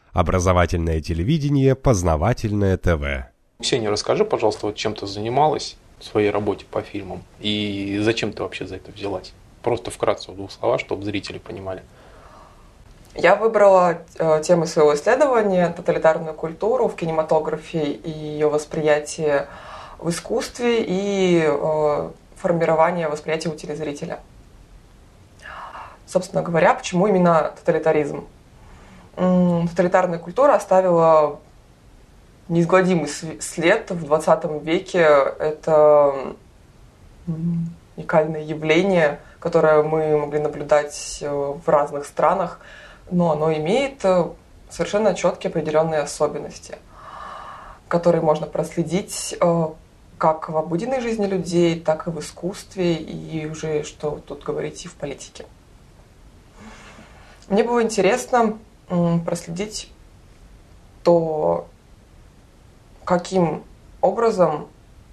Образовательное телевидение, познавательное ТВ. Ксения, расскажи, пожалуйста, вот чем ты занималась в своей работе по фильмам и зачем ты вообще за это взялась? Просто вкратце в двух словах, чтобы зрители понимали. Я выбрала тему своего исследования тоталитарную культуру в кинематографе и ее восприятие в искусстве и формирование восприятия у телезрителя. Собственно говоря, почему именно тоталитаризм? Тоталитарная культура оставила неизгладимый след в 20 веке. Это уникальное явление, которое мы могли наблюдать в разных странах, но оно имеет совершенно четкие определенные особенности, которые можно проследить как в обыденной жизни людей, так и в искусстве, и уже, что тут говорить, и в политике. Мне было интересно проследить то, каким образом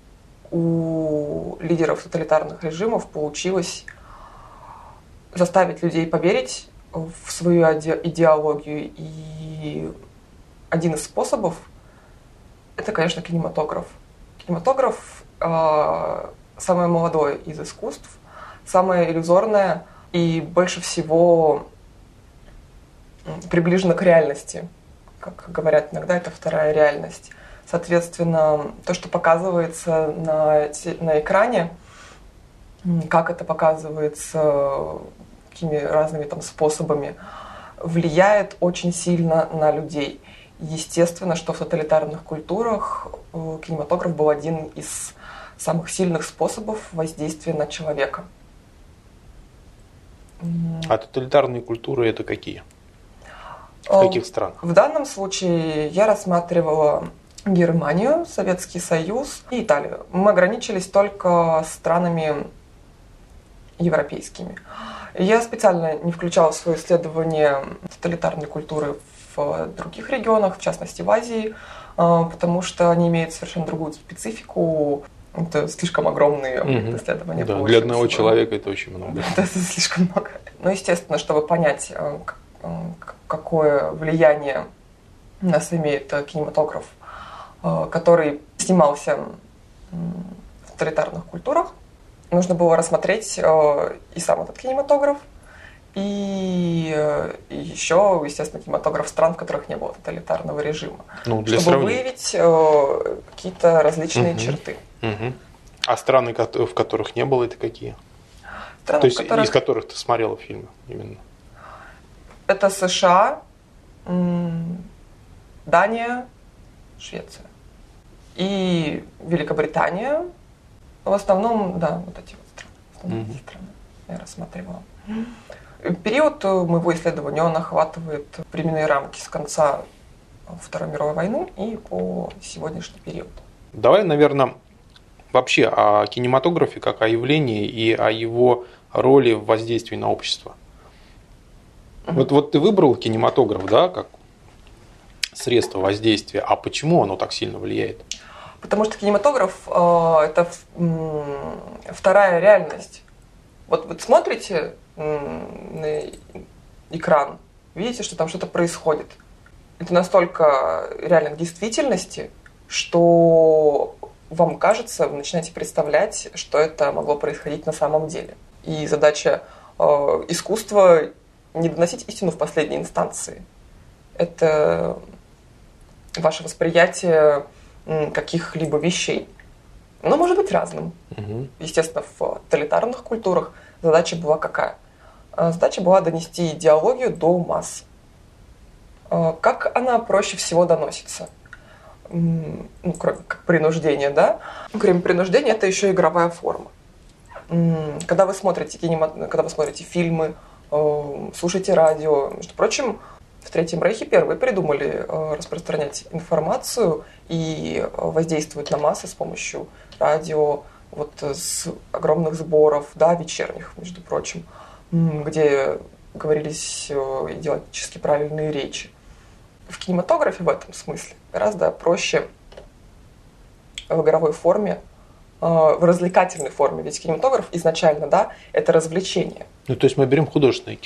у лидеров тоталитарных режимов получилось заставить людей поверить в свою идеологию. И один из способов – это, конечно, кинематограф. Кинематограф самое молодое из искусств, самое иллюзорное и больше всего приближено к реальности. Как говорят иногда, это вторая реальность. Соответственно, то, что показывается на экране, как это показывается, какими разными там способами, влияет очень сильно на людей. Естественно, что в тоталитарных культурах кинематограф был один из самых сильных способов воздействия на человека. А тоталитарные культуры это какие? В каких странах? В данном случае я рассматривала Германию, Советский Союз и Италию. Мы ограничились только странами европейскими. Я специально не включала в свое исследование тоталитарной культуры в других регионах, в частности в Азии, потому что они имеют совершенно другую специфику. Это слишком огромные исследования. Да, для одного человека это очень много. Это слишком много. Но, естественно, чтобы понять, какое влияние у нас имеет кинематограф, который снимался в тоталитарных культурах, нужно было рассмотреть и сам этот кинематограф, и еще, естественно, кинематограф стран, в которых не было тоталитарного режима, чтобы выявить какие-то различные черты. А страны, в которых не было, это какие? Страны, то есть из которых ты смотрела фильмы именно? Это США, Дания, Швеция и Великобритания. В основном, да, вот эти вот страны. Страны я рассматривала. Период моего исследования, он охватывает временные рамки с конца Второй мировой войны и по сегодняшний период. Давай, наверное, вообще о кинематографе как о явлении и о его роли в воздействии на общество. Вот ты выбрал кинематограф, да, как средство воздействия, а почему оно так сильно влияет? Потому что кинематограф это вторая реальность. Вот вы смотрите на экран, видите, что там что-то происходит. Это настолько реально к действительности, что вам кажется, вы начинаете представлять, что это могло происходить на самом деле. И задача искусства не доносить истину в последней инстанции. Это ваше восприятие каких-либо вещей. Оно может быть разным. Естественно, в тоталитарных культурах задача была какая? Задача была донести идеологию до масс. Как она проще всего доносится? Кроме как принуждения, да? Кроме принуждения, это еще игровая форма. Когда вы смотрите фильмы, слушайте радио. Между прочим, в Третьем Рейхе первые придумали распространять информацию и воздействовать на массы с помощью радио, вот с огромных сборов, да, вечерних, между прочим, где говорились идеологически правильные речи. В кинематографе в этом смысле гораздо проще в игровой форме, в развлекательной форме. Ведь кинематограф изначально, да, это развлечение. То есть мы берем художественное кино.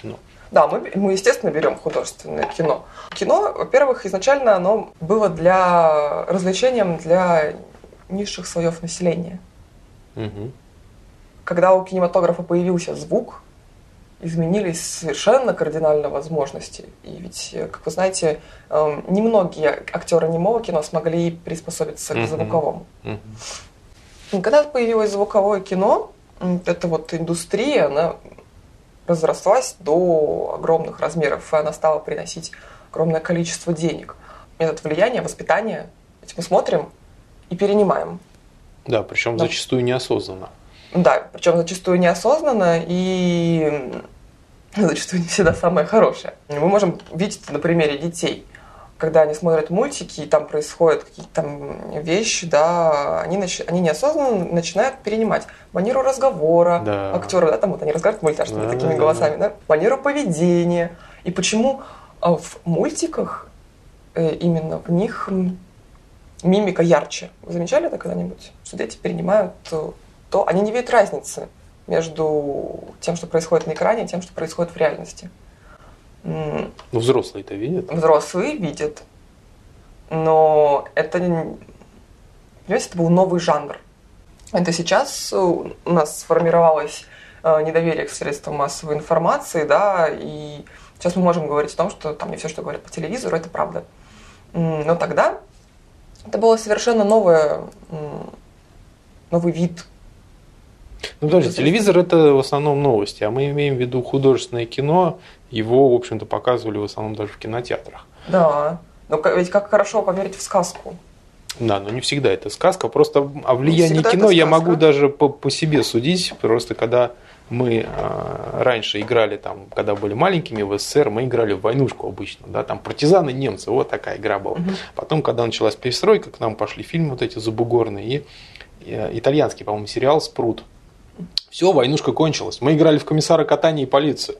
Да, мы, естественно, берем художественное кино. Кино, во-первых, изначально оно было для развлечением для низших слоев населения. Угу. Когда у кинематографа появился звук, изменились совершенно кардинально возможности. И ведь, как вы знаете, немногие актеры немого кино смогли приспособиться к звуковому. И когда появилось звуковое кино, эта вот индустрия, она разрослась до огромных размеров, и она стала приносить огромное количество денег. Метод влияния, воспитания, ведь мы смотрим и перенимаем. Да, причем зачастую неосознанно. Да, причем зачастую неосознанно и зачастую не всегда самое хорошее. Мы можем видеть это на примере детей. Когда они смотрят мультики, и там происходят какие-то там вещи, да, они неосознанно начинают перенимать манеру разговора актера, да, там вот они разговаривают мультяшными такими голосами, да, манеру поведения. И почему в мультиках именно в них мимика ярче? Вы замечали это когда-нибудь? Что дети перенимают то, они не видят разницы между тем, что происходит на экране, и тем, что происходит в реальности. Ну, взрослые-то видят. Взрослые видят. Но это, понимаете, это был новый жанр. Это сейчас у нас сформировалось недоверие к средствам массовой информации, да, и сейчас мы можем говорить о том, что там не все, что говорят по телевизору, это правда. Но тогда это было совершенно новый вид. Ну, подожди, телевизор – это в основном новости, а мы имеем в виду художественное кино, его, в общем-то, показывали в основном даже в кинотеатрах. Да, но ведь как хорошо поверить в сказку. Да, но не всегда это сказка, просто о влиянии кино я могу даже по себе судить, просто когда мы раньше играли, там, когда были маленькими в СССР, мы играли в войнушку обычно, да, там партизаны, немцы, вот такая игра была. Потом, когда началась перестройка, к нам пошли фильмы вот эти забугорные, и итальянский, по-моему, сериал «Спрут». Все, войнушка кончилась. Мы играли в комиссара Катани и полицию.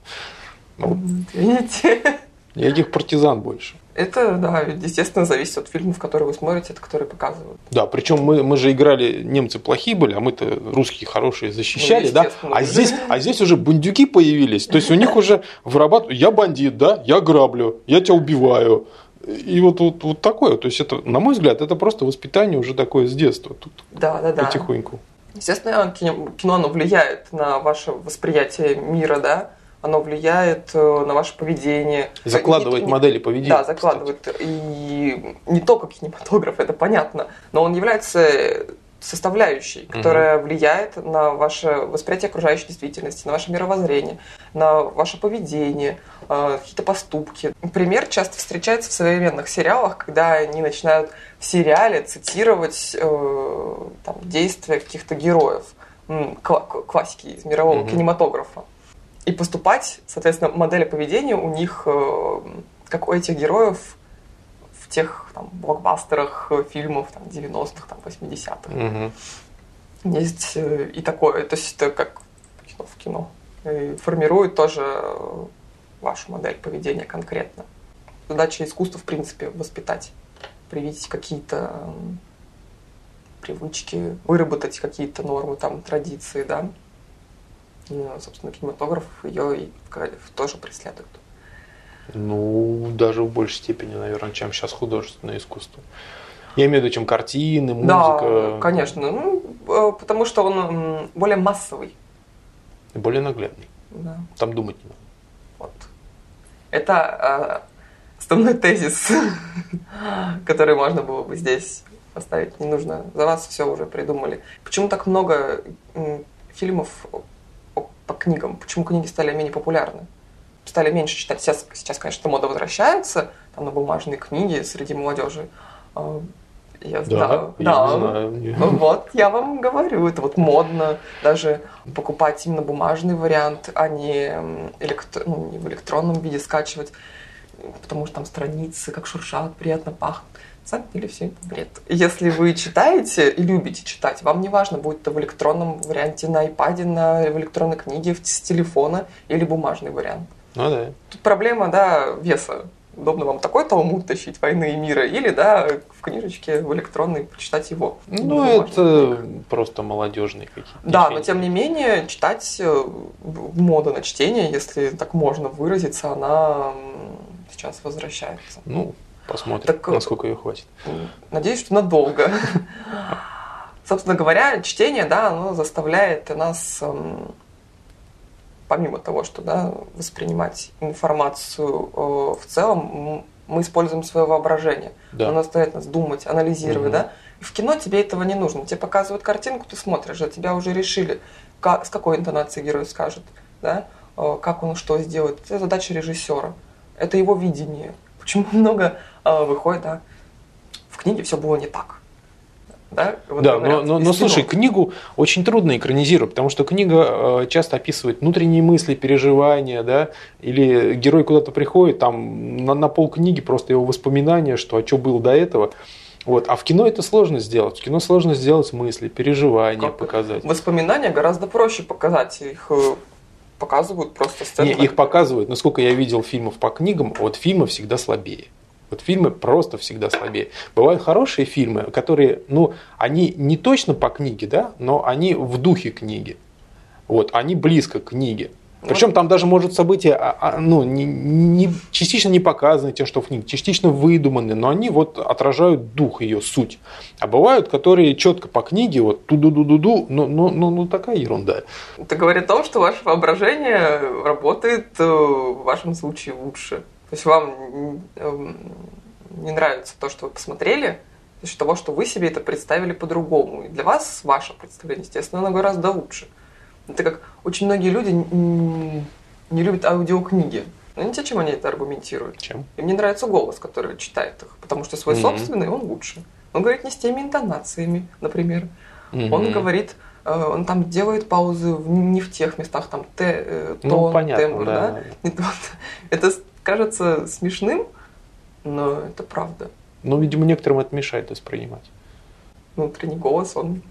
Видите? Никаких партизан больше. Это, да, естественно, зависит от фильмов, которые вы смотрите, от которых показывают. Да, причем мы же играли, немцы плохие были, а мы-то русские хорошие защищали, да? А здесь уже бандюки появились. То есть у них уже вырабатывают: я бандит, да, я граблю, я тебя убиваю. И вот такое. То есть это, на мой взгляд, это просто воспитание уже такое с детства. Тут потихоньку. Естественно, кино, оно влияет на ваше восприятие мира, да? Оно влияет на ваше поведение. Закладывает модели поведения. Да, закладывает. Кстати. И не только кинематограф, это понятно, но он является составляющей, которая влияет на ваше восприятие окружающей действительности, на ваше мировоззрение, на ваше поведение, какие-то поступки. Пример часто встречается в современных сериалах, когда они начинают в сериале цитировать там, действия каких-то героев, классики из мирового кинематографа. И поступать, соответственно, модели поведения у них, как у этих героев, в тех там, блокбастерах фильмов там, 90-х, там, 80-х. Есть и такое. То есть это как в кино. И формирует тоже вашу модель поведения конкретно. Задача искусства, в принципе, воспитать, привить какие-то привычки, выработать какие-то нормы, там, традиции, да. И, собственно, кинематограф ее тоже преследует. Ну, даже в большей степени, наверное, чем сейчас художественное искусство. Я имею в виду, чем картины, музыка. Да, конечно. Ну, потому что он более массовый. И более наглядный. Да. Там думать не надо. Вот. Это основной тезис, который можно было бы здесь поставить. Не нужно. За вас все уже придумали. Почему так много фильмов по книгам? Почему книги стали менее популярны? Стали меньше читать. Сейчас, конечно, мода возвращается там, на бумажные книги среди молодежи. Я знаю. Вот, я вам говорю, это вот модно даже покупать именно бумажный вариант, а не в электронном виде скачивать, потому что там страницы как шуршат, приятно пахнут. На самом деле все это бред. Если вы читаете и любите читать, вам не важно, будет это в электронном варианте на iPad, в электронной книге, с телефона или бумажный вариант. Ну да. Тут проблема, да, веса. удобно вам такой талмуд тащить «Войны и мира» или, да, в книжечке, в электронной почитать его. Ну, это просто молодежные какие-то. Да, но тем не менее, читать, мода на чтение, если так можно выразиться, она сейчас возвращается. Ну, посмотрим, насколько ее хватит. Надеюсь, что надолго. Собственно говоря, чтение, да, оно заставляет нас, помимо того, что, да, воспринимать информацию в целом, мы используем свое воображение. Да. Оно заставляет нас думать, анализировать, да. И в кино тебе этого не нужно. Тебе показывают картинку, ты смотришь, за тебя уже решили, с какой интонацией герой скажет, да, как он что сделает. Это задача режиссера. Это его видение. Почему много выходит, да, в книге все было не так. Да, вот да, но слушай, книгу очень трудно экранизировать, потому что книга часто описывает внутренние мысли, переживания, да, или герой куда-то приходит, там на полкниги просто его воспоминания, что что было до этого. Вот. А в кино это сложно сделать. В кино сложно сделать мысли, переживания показать. Воспоминания гораздо проще показать. Их показывают просто сцены. Не, их показывают. Насколько я видел фильмов по книгам, вот фильмы всегда слабее. Вот фильмы просто всегда слабее. Бывают хорошие фильмы, которые, ну, они не точно по книге, да, но они в духе книги. Вот, они близко к книге. Причем там даже может события, ну, частично не показаны тем, что в книге, частично выдуманы, но они вот отражают дух, ее суть. А бывают, которые четко по книге, вот ту-ду-ду-ду-ду, ну такая ерунда. Это говорит о том, что ваше воображение работает в вашем случае лучше. То есть вам не нравится то, что вы посмотрели, за счет того, что вы себе это представили по-другому. И для вас ваше представление, естественно, оно гораздо лучше. Это как очень многие люди не любят аудиокниги. Знаете, чем они это аргументируют? Чем? Им не нравится голос, который читает их, потому что свой собственный, он лучше. Он говорит не с теми интонациями, например. Он говорит, он там делает паузы не в тех местах, там тембр, да? Это кажется смешным, но это правда. Ну, видимо, некоторым это мешает воспринимать. Внутренний голос, он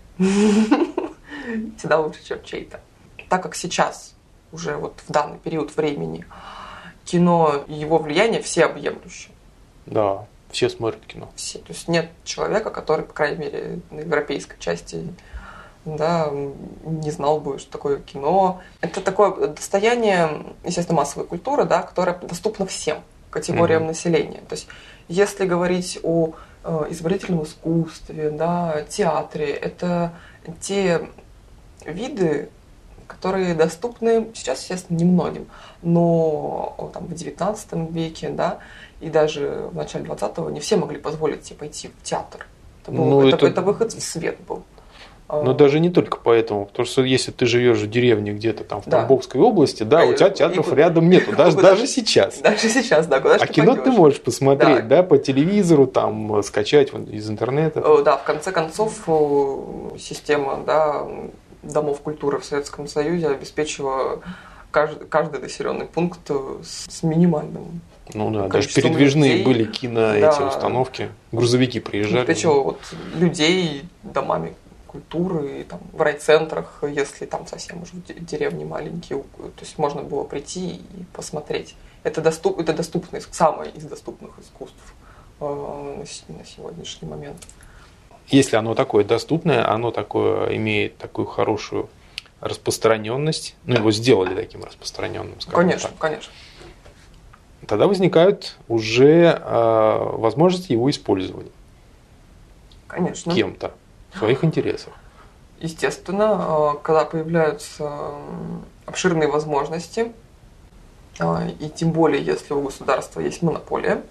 всегда лучше, чем чей-то. Так как сейчас, уже вот в данный период времени, кино и его влияние всеобъемлющее. Да, все смотрят кино. Все. То есть нет человека, который, по крайней мере, на европейской части, да, не знал бы, что такое кино. Это такое достояние, естественно, массовой культуры, да, которое доступно всем категориям населения. То есть если говорить о изобразительном искусстве, да, театре, это те виды, которые доступны сейчас, естественно, немногим, но там, в 19 веке, да, и даже в начале 20-го не все могли позволить себе пойти в театр. Это выход в свет был. Но даже не только поэтому, потому что если ты живешь в деревне где-то там в Тамбовской области, да, у тебя театров рядом нету, даже сейчас. Даже сейчас, да, куда же ты кино пойдешь? Ты можешь посмотреть, да, по телевизору, там, скачать из интернета. Да, в конце концов, система, да, домов культуры в Советском Союзе обеспечивала каждый населенный пункт с минимальным. Ну да, даже передвижные людей. Были эти установки, грузовики приезжали. Обеспечивала вот людей домами культуры, там, в райцентрах, если там совсем уже деревни маленькие, то есть можно было прийти и посмотреть. Это доступно, самое из доступных искусств на сегодняшний момент. Если оно такое доступное, оно такое имеет такую хорошую распространенность, ну его сделали таким распространенным, скажем конечно, так. Конечно. Тогда возникают уже возможности его использования. Конечно. Кем-то. В своих интересах. Естественно, когда появляются обширные возможности, и тем более, если у государства есть монополия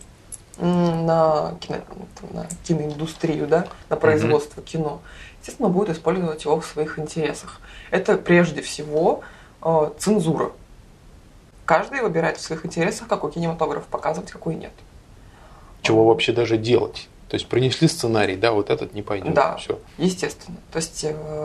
на киноиндустрию, да, на производство кино, естественно, будет использовать его в своих интересах. Это прежде всего цензура. Каждый выбирает в своих интересах, какой кинематограф показывать, какой нет. Чего вообще даже делать? То есть принесли сценарий, да, вот этот не пойдет. Да, все. Естественно. То есть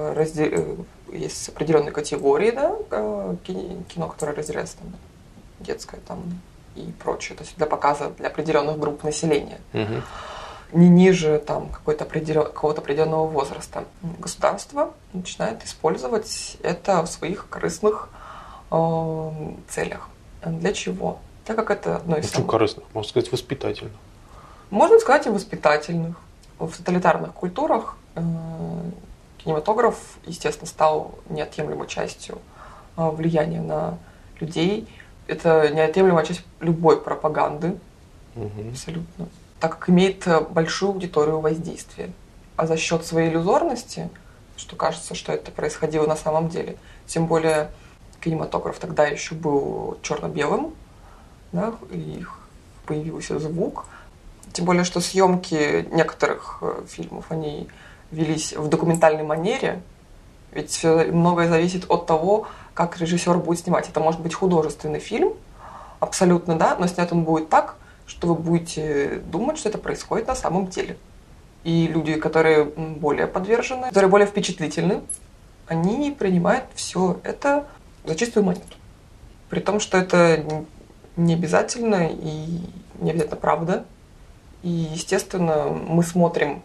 есть определенные категории, да, кино, которое разделяется там, детское там, и прочее. То есть для показа для определенных групп населения. Не ниже там, какого-то определенного возраста. Государство начинает использовать это в своих корыстных целях. Для чего? так как это одно из самых... корыстных, можно сказать, воспитательных. Можно сказать, и воспитательных. В тоталитарных культурах кинематограф, естественно, стал неотъемлемой частью влияния на людей. Это неотъемлемая часть любой пропаганды, абсолютно. Так как имеет большую аудиторию воздействия. А за счет своей иллюзорности, что кажется, что это происходило на самом деле, тем более кинематограф тогда еще был черно-белым, да, и появился звук. Тем более, что съемки некоторых фильмов, они велись в документальной манере, ведь многое зависит от того, как режиссер будет снимать. Это может быть художественный фильм, абсолютно, да, но снят он будет так, что вы будете думать, что это происходит на самом деле. И люди, которые более подвержены, которые более впечатлительны, они принимают все это за чистую монету. При том, что это не обязательно и не обязательно правда. И, естественно, мы смотрим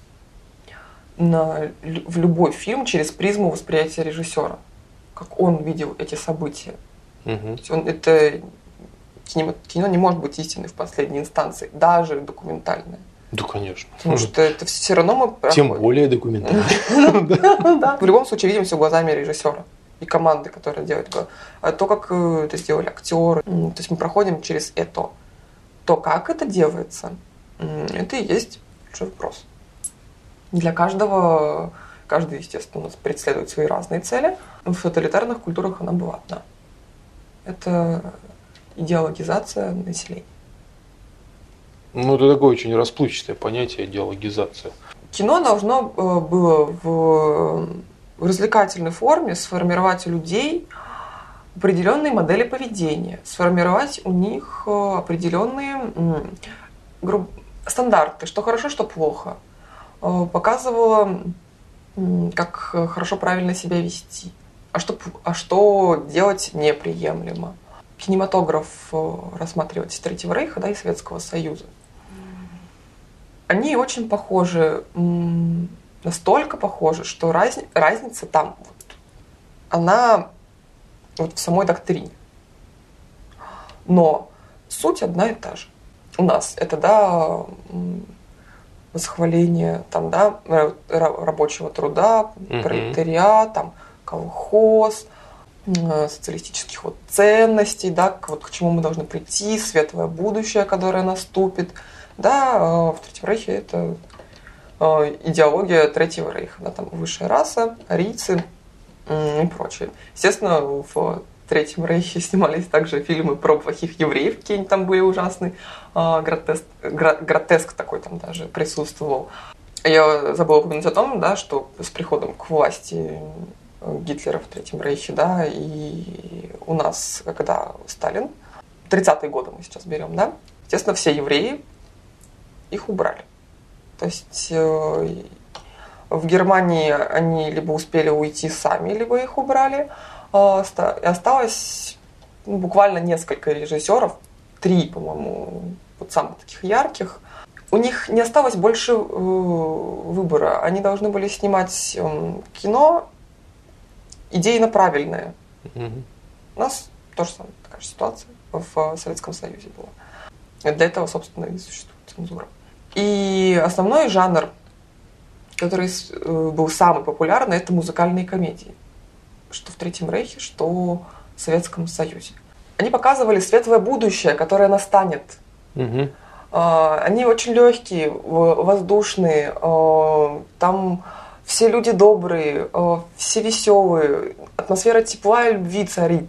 в любой фильм через призму восприятия режиссера, как он видел эти события. Кино не может быть истиной в последней инстанции, даже документальное. Да, конечно. Потому что это все равно мы проходим. Тем более документально. В любом случае видим все глазами режиссера и команды, которая делает. А то, как это сделали актеры, то есть мы проходим через это. То, как это делается, это и есть большой вопрос. Для каждый, естественно, у нас преследует свои разные цели. В тоталитарных культурах она была одна. Это идеологизация населения. Ну, это такое очень расплывчатое понятие, идеологизация. Кино должно было в развлекательной форме сформировать у людей определенные модели поведения, сформировать у них определенные стандарты, что хорошо, что плохо. Показывала, как хорошо, правильно себя вести, а что делать неприемлемо. Кинематограф рассматривать Третьего Рейха, да, и Советского Союза. Они очень похожи, настолько похожи, что разница там, она в самой доктрине. Но суть одна и та же. У нас это, да, восхваление там, да, рабочего труда, пролетариат, там, колхоз, социалистических ценностей, да, к чему мы должны прийти, светлое будущее, которое наступит. Да, в Третьем Рейхе это идеология Третьего Рейха, да, там высшая раса, арийцы и прочее. Естественно, в Третьем Рейхе снимались также фильмы про плохих евреев, какие-нибудь там были ужасные, гротеск такой там даже присутствовал. Я забыла упомянуть о том, да, что с приходом к власти Гитлера в Третьем Рейхе, да, и у нас, когда Сталин, 30-е годы мы сейчас берем, да, естественно, все евреи, их убрали. То есть в Германии они либо успели уйти сами, либо их убрали. И осталось буквально несколько режиссеров, 3, по-моему, самых таких ярких. У них не осталось больше выбора. Они должны были снимать кино идейно правильное. У нас тоже самая такая же ситуация в Советском Союзе была. Для этого, собственно, и существует цензура. И основной жанр, который был самый популярный, это музыкальные комедии. Что в Третьем Рейхе, что в Советском Союзе. Они показывали светлое будущее, которое настанет. Они очень легкие, воздушные, там все люди добрые, все веселые, атмосфера тепла и любви царит.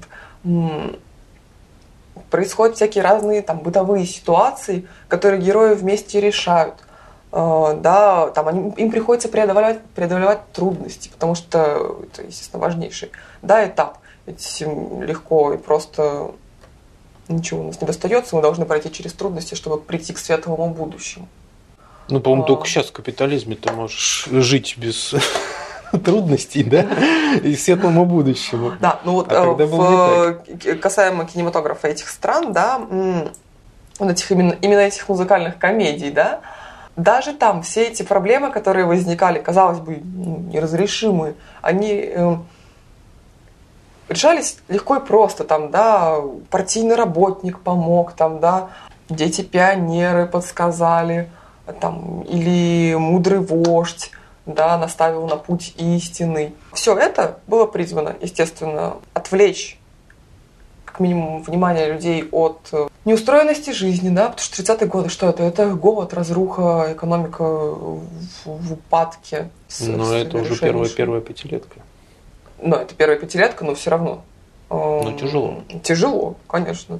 Происходят всякие разные там бытовые ситуации, которые герои вместе решают. Да, там им приходится преодолевать трудности, потому что это, естественно, важнейший, да, этап. Ведь легко и просто ничего у нас не достается, мы должны пройти через трудности, чтобы прийти к светлому будущему. Ну, по-моему, только сейчас в капитализме ты можешь жить без трудностей, да, и светлому будущему. Да, ну вот касаемо кинематографа этих стран, да, вот именно этих музыкальных комедий, да, даже там все эти проблемы, которые возникали, казалось бы, неразрешимые, они решались легко и просто. Там, да, партийный работник помог, там, да, дети-пионеры подсказали, там, или мудрый вождь, да, наставил на путь истинный. Все это было призвано, естественно, отвлечь как минимум внимание людей от неустроенности жизни, да, потому что 30-е годы, что это? Это голод, разруха, экономика в упадке. Но это уже первая пятилетка. Ну, это первая пятилетка, но все равно. Ну, тяжело. Тяжело, конечно.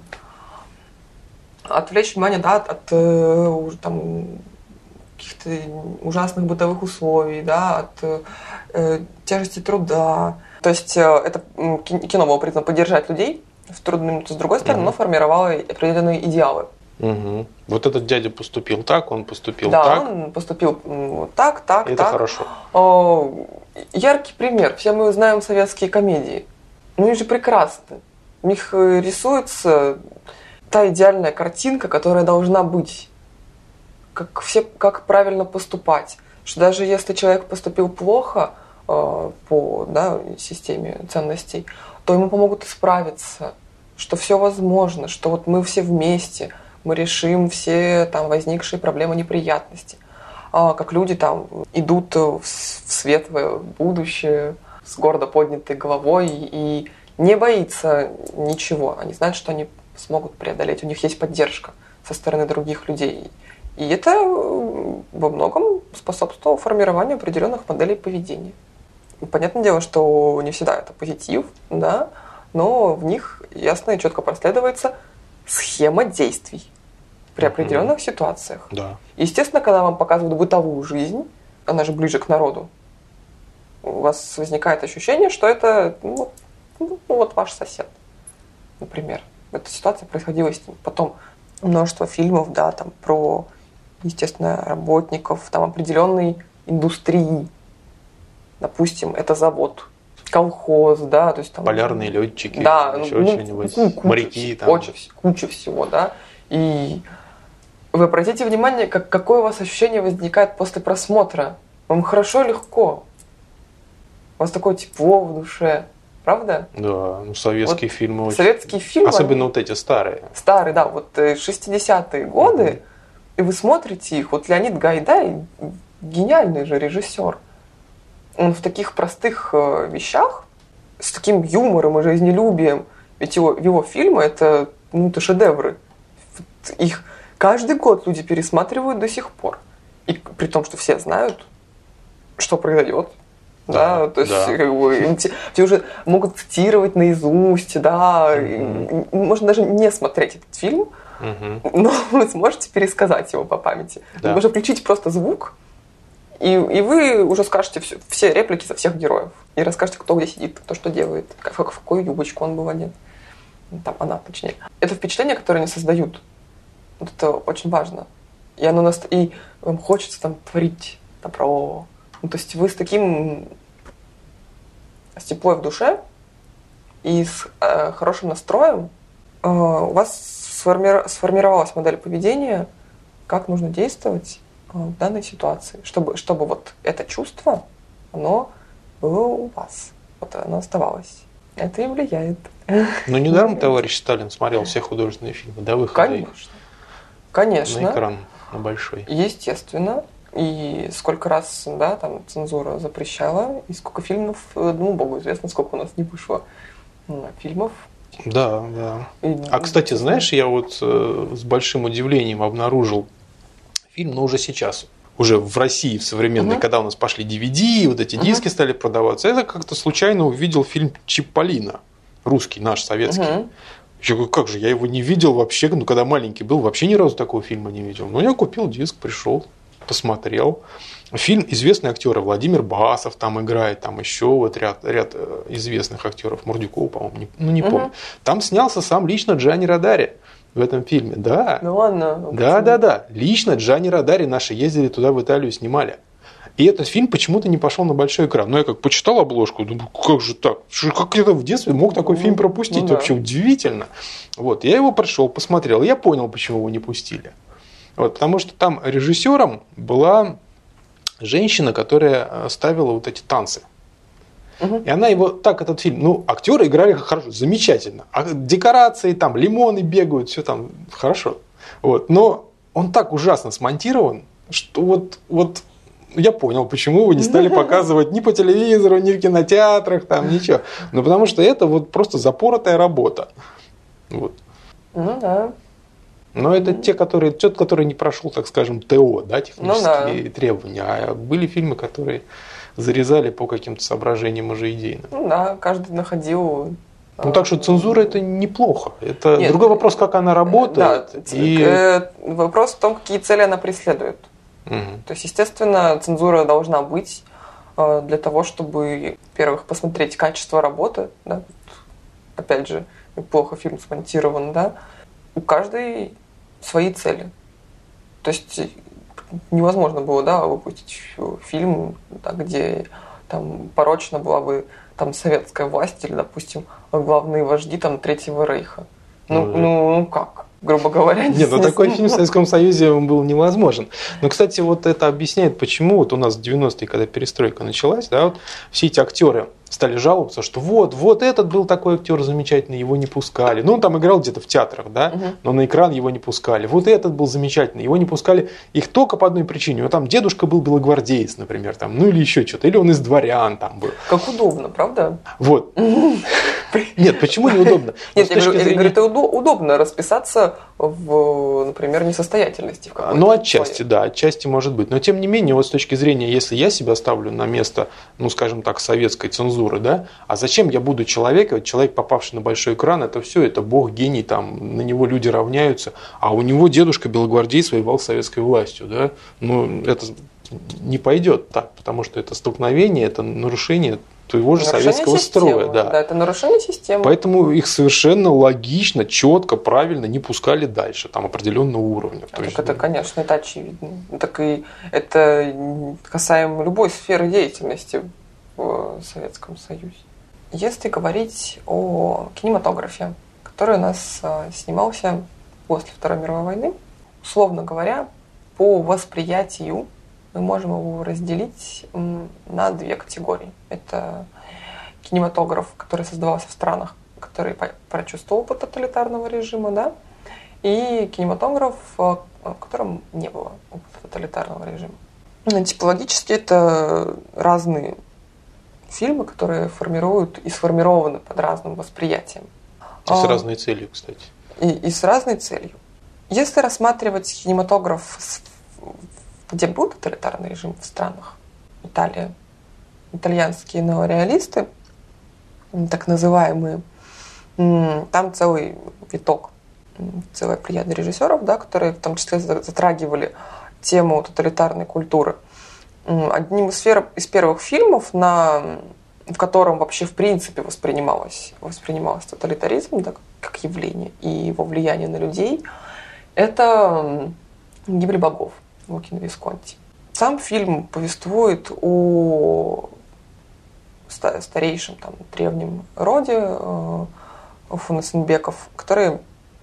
Отвлечь внимание, да, от там, каких-то ужасных бытовых условий, да, от тяжести труда. То есть это кино было призвано поддержать людей в трудную минуту, с другой стороны, но формировало определенные идеалы. Угу. Вот этот дядя поступил так, он поступил да, так. Да, он поступил так, так, это так. хорошо. Яркий пример. Все мы знаем советские комедии. Ну, они же прекрасны. В них рисуется та идеальная картинка, которая должна быть. Как правильно поступать. Что даже если человек поступил плохо по системе ценностей, то ему помогут исправиться, что все возможно, что вот мы все вместе, мы решим все там возникшие проблемы, неприятности. Как люди там идут в светлое будущее с гордо поднятой головой и не боится ничего. Они знают, что они смогут преодолеть, у них есть поддержка со стороны других людей. И это во многом способствовало формированию определенных моделей поведения. Понятное дело, что не всегда это позитив, да, но в них ясно и четко проследуется схема действий при определенных ситуациях. Да. Естественно, когда вам показывают бытовую жизнь, она же ближе к народу, у вас возникает ощущение, что это вот ваш сосед, например. Эта ситуация происходила с ним. Потом множество фильмов, да, там про, естественно, работников, там определенной индустрии. Допустим, это завод, колхоз, да, то есть там... Полярные летчики, да, еще что-нибудь, моряки. Там. Куча всего, да. И вы обратите внимание, какое у вас ощущение возникает после просмотра. Вам хорошо, легко. У вас такое тепло в душе. Правда? Да, советские фильмы очень... Советские фильмы... Особенно вот эти старые. Старые, да, вот 60-е годы, и вы смотрите их, вот Леонид Гайдай, гениальный же режиссер. Он в таких простых вещах, с таким юмором и жизнелюбием, ведь его фильмы это шедевры. Их каждый год люди пересматривают до сих пор. И при том, что все знают, что произойдет. Да, то есть как бы, те уже могут цитировать наизусть, да, можно даже не смотреть этот фильм, но вы сможете пересказать его по памяти. Можно включить просто звук, и вы уже скажете все реплики за всех героев. И расскажете, кто где сидит, кто что делает, в какую юбочку он был одет. Там она, точнее. Это впечатление, которое они создают. Вот это очень важно. И и вам хочется там творить добро. То есть вы с теплой в душе и с хорошим настроем у вас сформировалась модель поведения, как нужно действовать в данной ситуации, чтобы вот это чувство, оно было у вас, вот оно оставалось. Это и влияет. Ну, недаром товарищ Сталин смотрел все художественные фильмы до выхода. Конечно. На экран, на большой. Естественно. И сколько раз, да, там цензура запрещала, и сколько фильмов, Богу известно, сколько у нас не вышло фильмов. Да. А, кстати, знаешь, я вот с большим удивлением обнаружил фильм, но уже сейчас, уже в России, в современной, когда у нас пошли DVD, вот эти диски стали продаваться, я как-то случайно увидел фильм «Чиполлино», русский, наш, советский. Я говорю, как же, я его не видел вообще, когда маленький был, вообще ни разу такого фильма не видел. Но я купил диск, пришел, посмотрел. Фильм известные актеры, Владимир Басов там играет, там еще вот ряд известных актеров, Мордюкова, по-моему, не помню. Там снялся сам лично Джанни Родари в этом фильме, да. Ну ладно. Да. Лично Джанни Родари наши ездили туда в Италию, снимали. И этот фильм почему-то не пошел на большой экран. Но я как почитал обложку, думаю, как же так? Как я в детстве мог такой фильм пропустить? Вообще удивительно. Вот, я его пришел, посмотрел, я понял, почему его не пустили. Вот, потому что там режиссером была женщина, которая ставила вот эти танцы. И она его, так этот фильм, актеры играли хорошо, замечательно. А декорации, там, лимоны бегают, все там хорошо. Вот. Но он так ужасно смонтирован, что вот я понял, почему вы не стали показывать ни по телевизору, ни в кинотеатрах, там, ничего. Потому что это вот просто запоротая работа. Вот. Ну да. Но это тот, который не прошел, так скажем, ТО, да, технические требования. А были фильмы, которые зарезали по каким-то соображениям уже идейным. Ну да, каждый находил. Так что цензура это неплохо. Это другой вопрос, как она работает. Да, вопрос в том, какие цели она преследует. То есть, естественно, цензура должна быть для того, чтобы, во-первых, посмотреть качество работы. Да? Опять же, плохо фильм смонтирован, да. У каждой свои цели. То есть невозможно было, да, выпустить фильм, да, где там порочна была бы там советская власть или, допустим, главные вожди там Третьего Рейха. Ну как? Грубо говоря. Нет, такой фильм в Советском Союзе был невозможен. Но, кстати, вот это объясняет, почему вот у нас в 90-е, когда перестройка началась, да, вот все эти актеры стали жаловаться, что вот этот был такой актер замечательный, его не пускали. Он там играл где-то в театрах, да, но на экран его не пускали. Вот этот был замечательный, его не пускали. Их только по одной причине. Вот там дедушка был белогвардеец, например, там, или еще что-то. Или он из дворян там был. Как удобно, правда? Вот. Нет, почему неудобно? Нет, я говорю, это удобно расписаться в, например, несостоятельности. Отчасти, да, отчасти может быть. Но тем не менее, вот с точки зрения, если я себя ставлю на место, скажем так, советской цензуры, да, а зачем я буду человек, попавший на большой экран, это все, это бог, гений, там, на него люди равняются, а у него дедушка белогвардейец воевал с советской властью, да, это не пойдет так, потому что это столкновение, это нарушение твоего же советского строя. Да, это нарушение системы. Поэтому их совершенно логично, четко, правильно не пускали дальше, там определенного уровня. Это, конечно, это очевидно. Так и это касаемо любой сферы деятельности в Советском Союзе. Если говорить о кинематографе, который у нас снимался после Второй мировой войны, условно говоря, по восприятию мы можем его разделить на две категории. Это кинематограф, который создавался в странах, которые прочувствовал опыт тоталитарного режима, да, и кинематограф, в котором не было опыта тоталитарного режима. Типологически это разные фильмы, которые формируют и сформированы под разным восприятием. И с разной целью, кстати. И с разной целью. Если рассматривать кинематограф, где был тоталитарный режим в странах, Италия, итальянские неореалисты, так называемые, там целый виток, целая плеяда режиссеров, да, которые в том числе затрагивали тему тоталитарной культуры. Одним из первых фильмов, в котором вообще в принципе воспринималось тоталитаризм, да, как явление и его влияние на людей, это «Гибель богов» Лукино Висконти. Сам фильм повествует о старейшем древнем роде фон Эссенбеков, которые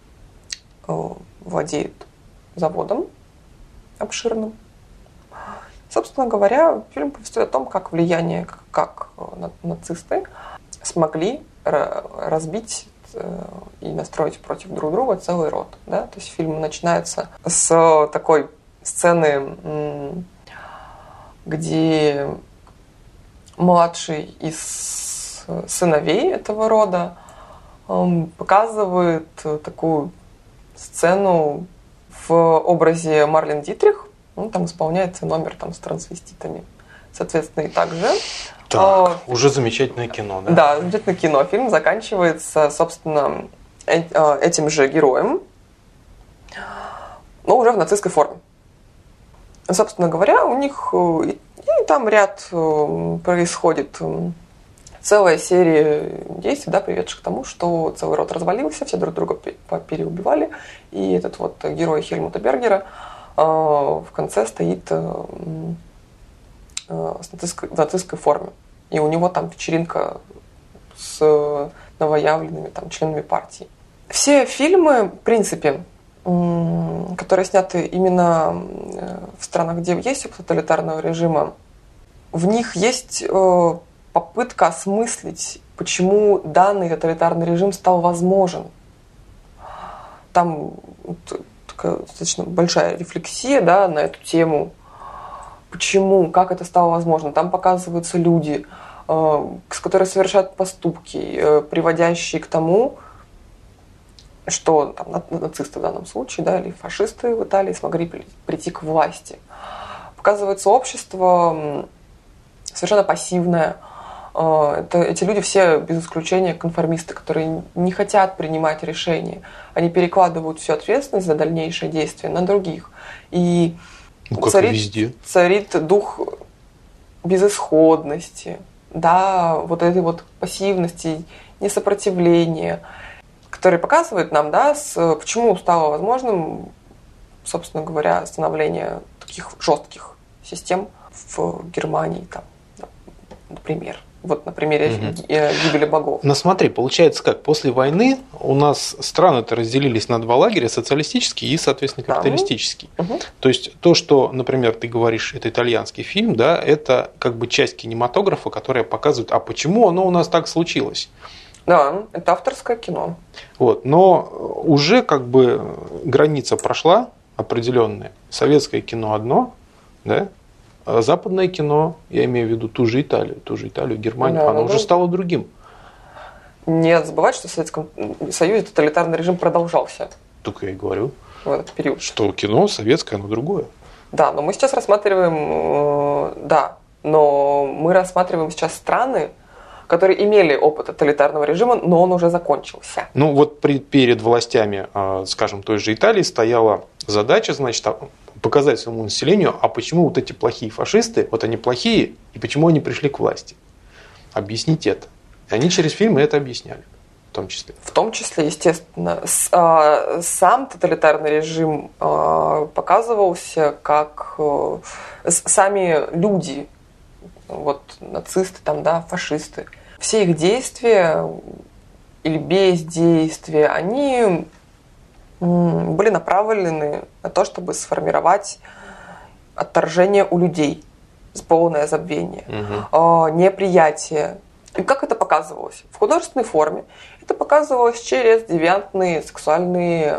владеют заводом обширным. Собственно говоря, фильм повествует о том, как влияние, как нацисты смогли разбить и настроить против друг друга целый род. Да? То есть фильм начинается с такой сцены, где младший из сыновей этого рода показывает такую сцену в образе Марлен Дитрих. Там исполняется номер с трансвеститами. Соответственно, и также. Уже замечательное кино, да? Да, замечательное кино. Фильм заканчивается, собственно, этим же героем, но уже в нацистской форме. Собственно говоря, у них и там ряд происходит целая серия действий, да, приведших к тому, что целый род развалился, все друг друга переубивали, и этот вот герой Хельмута Бергера в конце стоит в нацистской форме. И у него там вечеринка с новоявленными членами партии. Все фильмы, в принципе, которые сняты именно в странах, где есть опыт тоталитарного режима, в них есть попытка осмыслить, почему данный тоталитарный режим стал возможен. Там такая достаточно большая рефлексия, да, на эту тему. Почему, как это стало возможно. Там показываются люди, которые совершают поступки, приводящие к тому, что там, нацисты в данном случае, да, или фашисты в Италии смогли прийти к власти. Показывается общество совершенно пассивное. Эти люди все, без исключения, конформисты, которые не хотят принимать решения. Они перекладывают всю ответственность за дальнейшие действия на других. И царит дух безысходности, да, вот этой вот пассивности, несопротивления, который показывает нам, да, почему стало возможным, собственно говоря, становление таких жестких систем в Германии, там, например. Вот на примере гибели богов. Но смотри, получается как, после войны у нас страны-то разделились на два лагеря, социалистический и, соответственно, капиталистический. То есть то, что, например, ты говоришь, это итальянский фильм, да, это как бы часть кинематографа, которая показывает, а почему оно у нас так случилось. Да, это авторское кино. Вот, но уже как бы граница прошла определенная. Советское кино одно, да? А западное кино, я имею в виду ту же Италию, Германию, оно уже стало другим. Не забывать, что в Советском Союзе тоталитарный режим продолжался. Только я и говорю. В этот период. Что кино советское, оно другое. Да, но мы сейчас рассматриваем, но мы рассматриваем сейчас страны, которые имели опыт тоталитарного режима, но он уже закончился. Ну вот перед властями, скажем, той же Италии стояла задача, значит, показать своему населению, а почему вот эти плохие фашисты, вот они плохие, и почему они пришли к власти. Объяснить это. И они через фильмы это объясняли, в том числе. В том числе, естественно. Сам тоталитарный режим показывался как сами люди, вот нацисты, там, да, фашисты. Все их действия или бездействия, они были направлены на то, чтобы сформировать отторжение у людей, полное забвение, неприятие. И как это показывалось? В художественной форме это показывалось через девиантные сексуальное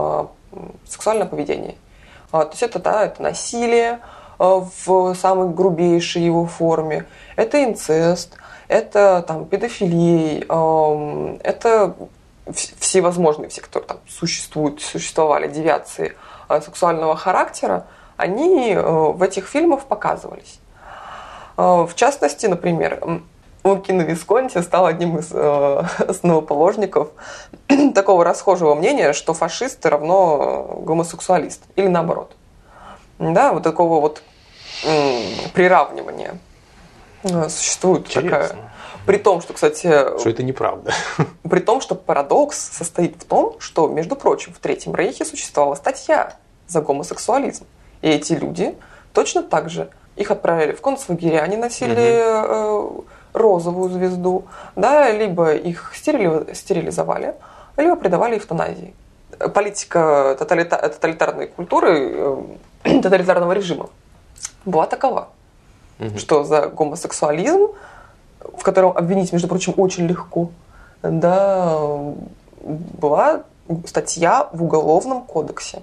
поведение. То есть это насилие в самой грубейшей его форме, это инцест, это там, педофилия, это всевозможные, все, которые там существовали, девиации сексуального характера, они в этих фильмах показывались. В частности, например, Лукино Висконти стал одним из основоположников такого расхожего мнения, что фашист равно гомосексуалист, или наоборот. Да, вот такого вот приравнивания существует. Такая. При том, что, кстати... Что это неправда. При том, что парадокс состоит в том, что, между прочим, в Третьем Рейхе существовала статья за гомосексуализм. И эти люди точно так же, их отправили в концлагеря, они носили розовую звезду, да, либо их стерилизовали, либо предавали эвтаназии. Политика тоталитарной культуры, тоталитарного режима была такова, что за гомосексуализм, в котором обвинить, между прочим, очень легко, да, была статья в Уголовном кодексе,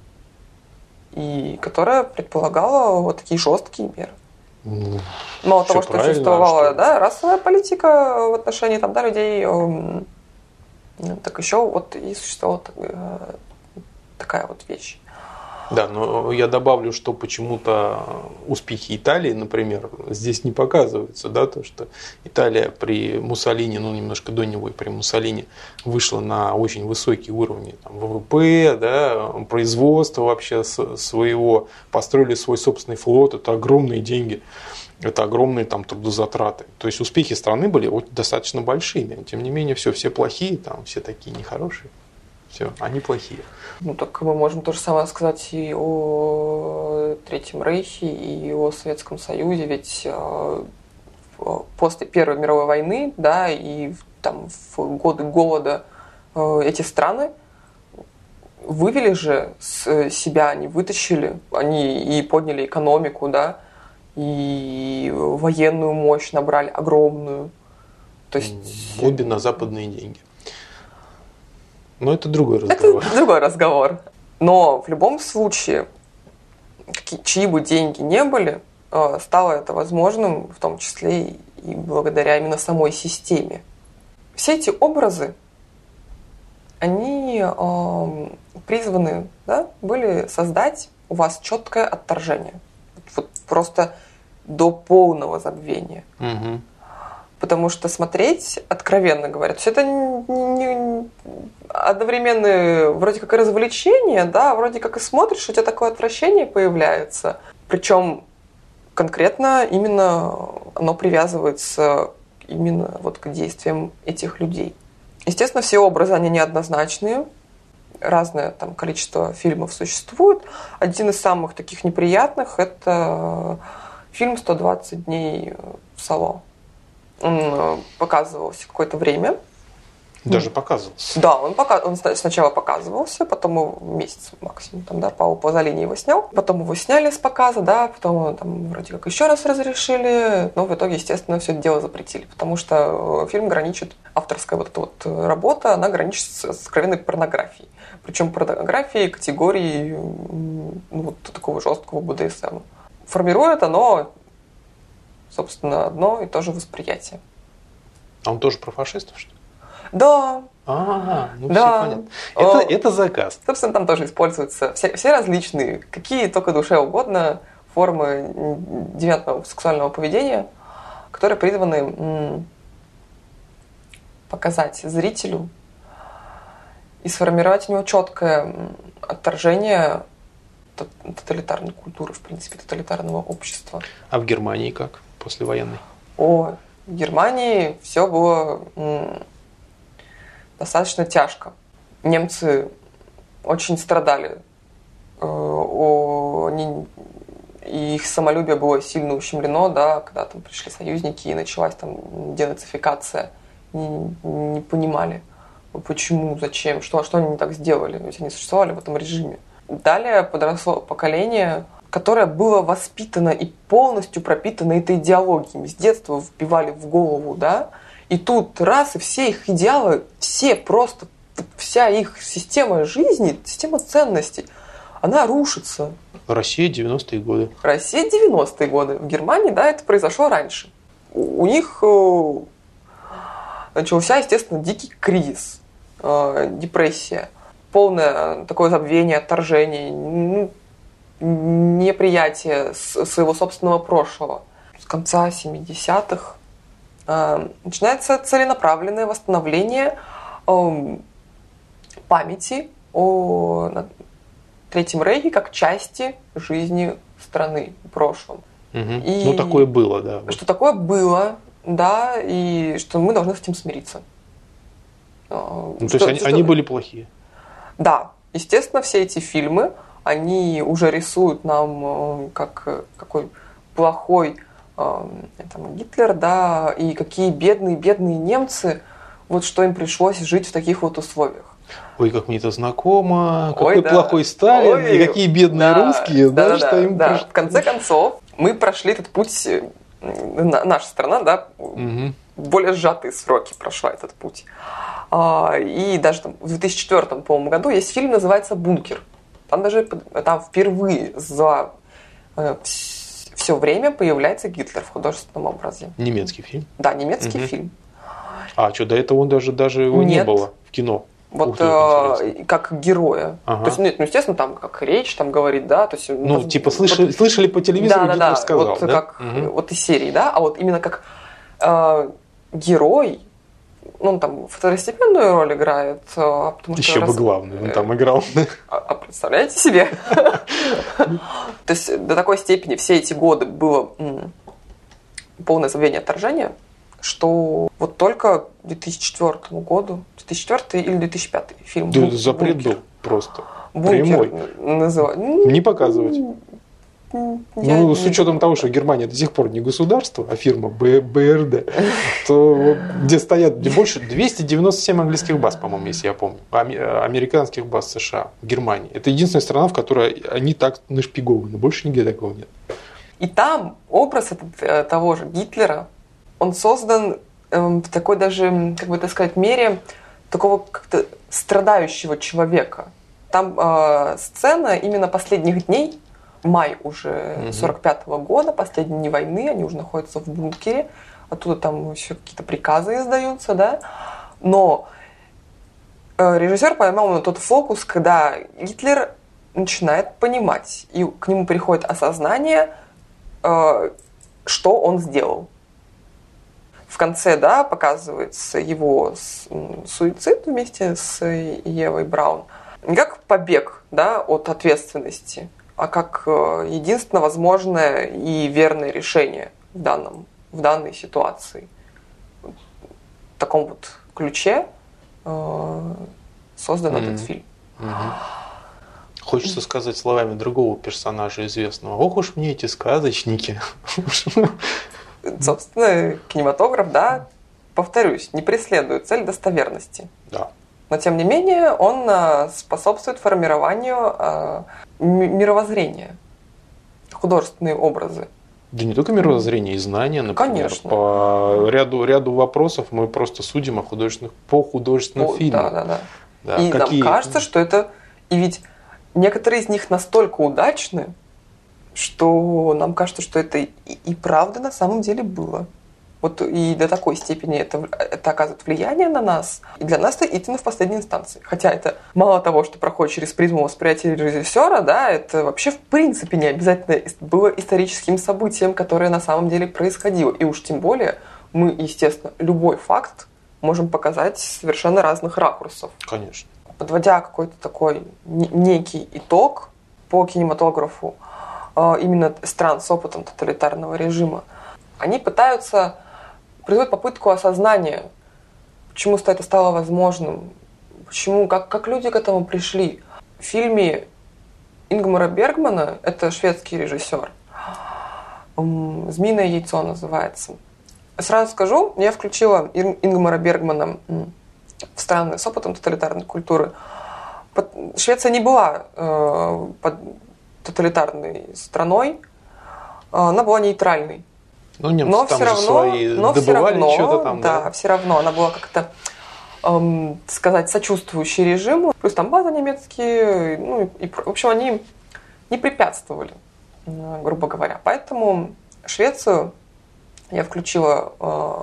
и которая предполагала вот такие жесткие меры. Мало того, что существовала расовая политика в отношении там, да, людей, так еще вот и существовала такая вот вещь. Да, но я добавлю, что почему-то успехи Италии, например, здесь не показываются, да, то, что Италия при Муссолини, немножко до него и при Муссолини вышла на очень высокие уровни там, ВВП, да, производства вообще своего, построили свой собственный флот, это огромные деньги, это огромные там трудозатраты. То есть успехи страны были достаточно большими, тем не менее все плохие, там, все такие нехорошие. Все, они плохие. Так мы можем то же самое сказать и о Третьем Рейхе, и о Советском Союзе, ведь после Первой мировой войны, да, и там в годы голода эти страны вывели же с себя, они вытащили, они и подняли экономику, да, и военную мощь набрали огромную. То есть... Обе на западные деньги. Но это другой разговор. Это другой разговор. Но в любом случае, чьи бы деньги не были, стало это возможным, в том числе и благодаря именно самой системе. Все эти образы, они призваны, да, были создать у вас четкое отторжение. Вот просто до полного забвения. Угу. Потому что смотреть, откровенно говоря, то есть это не одновременно вроде как и развлечение, да, вроде как и смотришь, у тебя такое отвращение появляется. Причем конкретно именно оно привязывается именно вот к действиям этих людей. Естественно, все образы, они неоднозначные. Разное там количество фильмов существует. Один из самых таких неприятных – это фильм «120 дней в Сало». Он показывался какое-то время. Даже показывался. Да, он сначала показывался, потом месяц максимум, там, да, Павел Пазолини его снял. Потом его сняли с показа, да, потом там вроде как еще раз разрешили, но в итоге, естественно, все это дело запретили, потому что фильм граничит, авторская вот эта вот работа, она граничит с откровенной порнографией. Причем порнографией категории вот такого жесткого БДСМ. Формирует оно, собственно, одно и то же восприятие. А он тоже про фашистов, что ли? Да. Ну да. все понятно. Это заказ. Собственно, там тоже используются все различные, какие только душе угодно формы девиантного сексуального поведения, которые призваны показать зрителю и сформировать у него четкое отторжение тоталитарной культуры, в принципе, тоталитарного общества. А в Германии как? Послевоенной? В Германии все было достаточно тяжко. Немцы очень страдали. И их самолюбие было сильно ущемлено, да, когда там пришли союзники и началась там денацификация. Не понимали, почему, зачем, что они не так сделали. Ведь они существовали в этом режиме. Далее подросло поколение, которое было воспитано и полностью пропитано этой идеологией. С детства вбивали в голову, да. И тут раз, и все их идеалы, все просто, вся их система жизни, система ценностей, она рушится. Россия 90-е годы. Россия 90-е годы. В Германии, да, это произошло раньше. У них начался, естественно, дикий кризис, депрессия, полное такое забвение, отторжение, неприятие своего собственного прошлого. С конца 70-х начинается целенаправленное восстановление памяти о Третьем Рейхе как части жизни страны в прошлом. Угу. И такое было, да. Что такое было, да, и что мы должны с этим смириться. То есть они были плохие? Да, естественно, все эти фильмы, они уже рисуют нам как какой плохой там, Гитлер, да, и какие бедные немцы, вот что им пришлось жить в таких вот условиях. Ой, как мне это знакомо, какой плохой Сталин, и какие бедные русские, да, что им пришлось. В конце концов, мы прошли этот путь, наша страна, да, более сжатые сроки прошла этот путь. И даже там, в 2004, по-моему, году есть фильм, называется «Бункер». Там впервые за все время появляется Гитлер в художественном образе. Немецкий фильм? Да, немецкий фильм. А что, до этого он даже его не было в кино? Вот как героя. То есть, естественно, там как речь там говорит, да. То есть, слышали по телевизору, Гитлер сказал, вот, да? Как, вот из серии, да. А вот именно как герой, он там второстепенную роль играет. Еще бы главную он там играл. А представляете себе? То есть до такой степени все эти годы было полное забвение, отторжение, что вот только к 2004 году, 2004 или 2005 фильм «Бункер». Запрет был просто «Бункер» прямой. Не показывать. С учетом того, что Германия до сих пор не государство, а фирма БРД, то где стоят больше 297 английских баз, по-моему, если я помню, американских баз США в Германии. Это единственная страна, в которой они так нашпигованы. Больше нигде такого нет. И там образ того же Гитлера, он создан в такой даже, как бы так сказать, мере такого как-то страдающего человека. Там сцена именно последних дней, май уже 45-го года, последние дни войны, они уже находятся в бункере, оттуда там еще какие-то приказы издаются, да. Но режиссер поймал на тот фокус, когда Гитлер начинает понимать, и к нему приходит осознание, что он сделал. В конце, да, показывается его суицид вместе с Евой Браун. Не как побег, да, от ответственности, а как единственно возможное и верное решение в данной ситуации. В таком вот ключе создан этот фильм. Хочется сказать словами другого персонажа известного. Ох уж мне эти сказочники. Собственно, кинематограф, да, повторюсь, не преследует цель достоверности. Да. Но, тем не менее, он способствует формированию мировоззрения, художественные образы. Да не только мировоззрение, и знания, например. Конечно. По ряду вопросов мы просто судим по художественным фильмам. Да. И нам кажется, что это... И ведь некоторые из них настолько удачны, что нам кажется, что это и правда на самом деле было. Вот и до такой степени это оказывает влияние на нас. И для нас это истина в последней инстанции. Хотя это мало того, что проходит через призму восприятия режиссера, да, это вообще в принципе не обязательно было историческим событием, которое на самом деле происходило. И уж тем более мы, естественно, любой факт можем показать с совершенно разных ракурсов. Конечно. Подводя какой-то такой некий итог по кинематографу именно стран с опытом тоталитарного режима, они пытаются производить попытку осознания, почему это стало возможным, почему, как люди к этому пришли. В фильме Ингмара Бергмана, это шведский режиссер, «Змеиное яйцо» называется. Сразу скажу, я включила Ингмара Бергмана в страны с опытом тоталитарной культуры. Швеция не была тоталитарной страной, она была нейтральной. Ну, немцы там же свои добывали что-то там. Да, все равно она была как-то, сказать, сочувствующей режиму. Плюс там базы немецкие, ну, и, в общем, они не препятствовали, грубо говоря. Поэтому Швецию я включила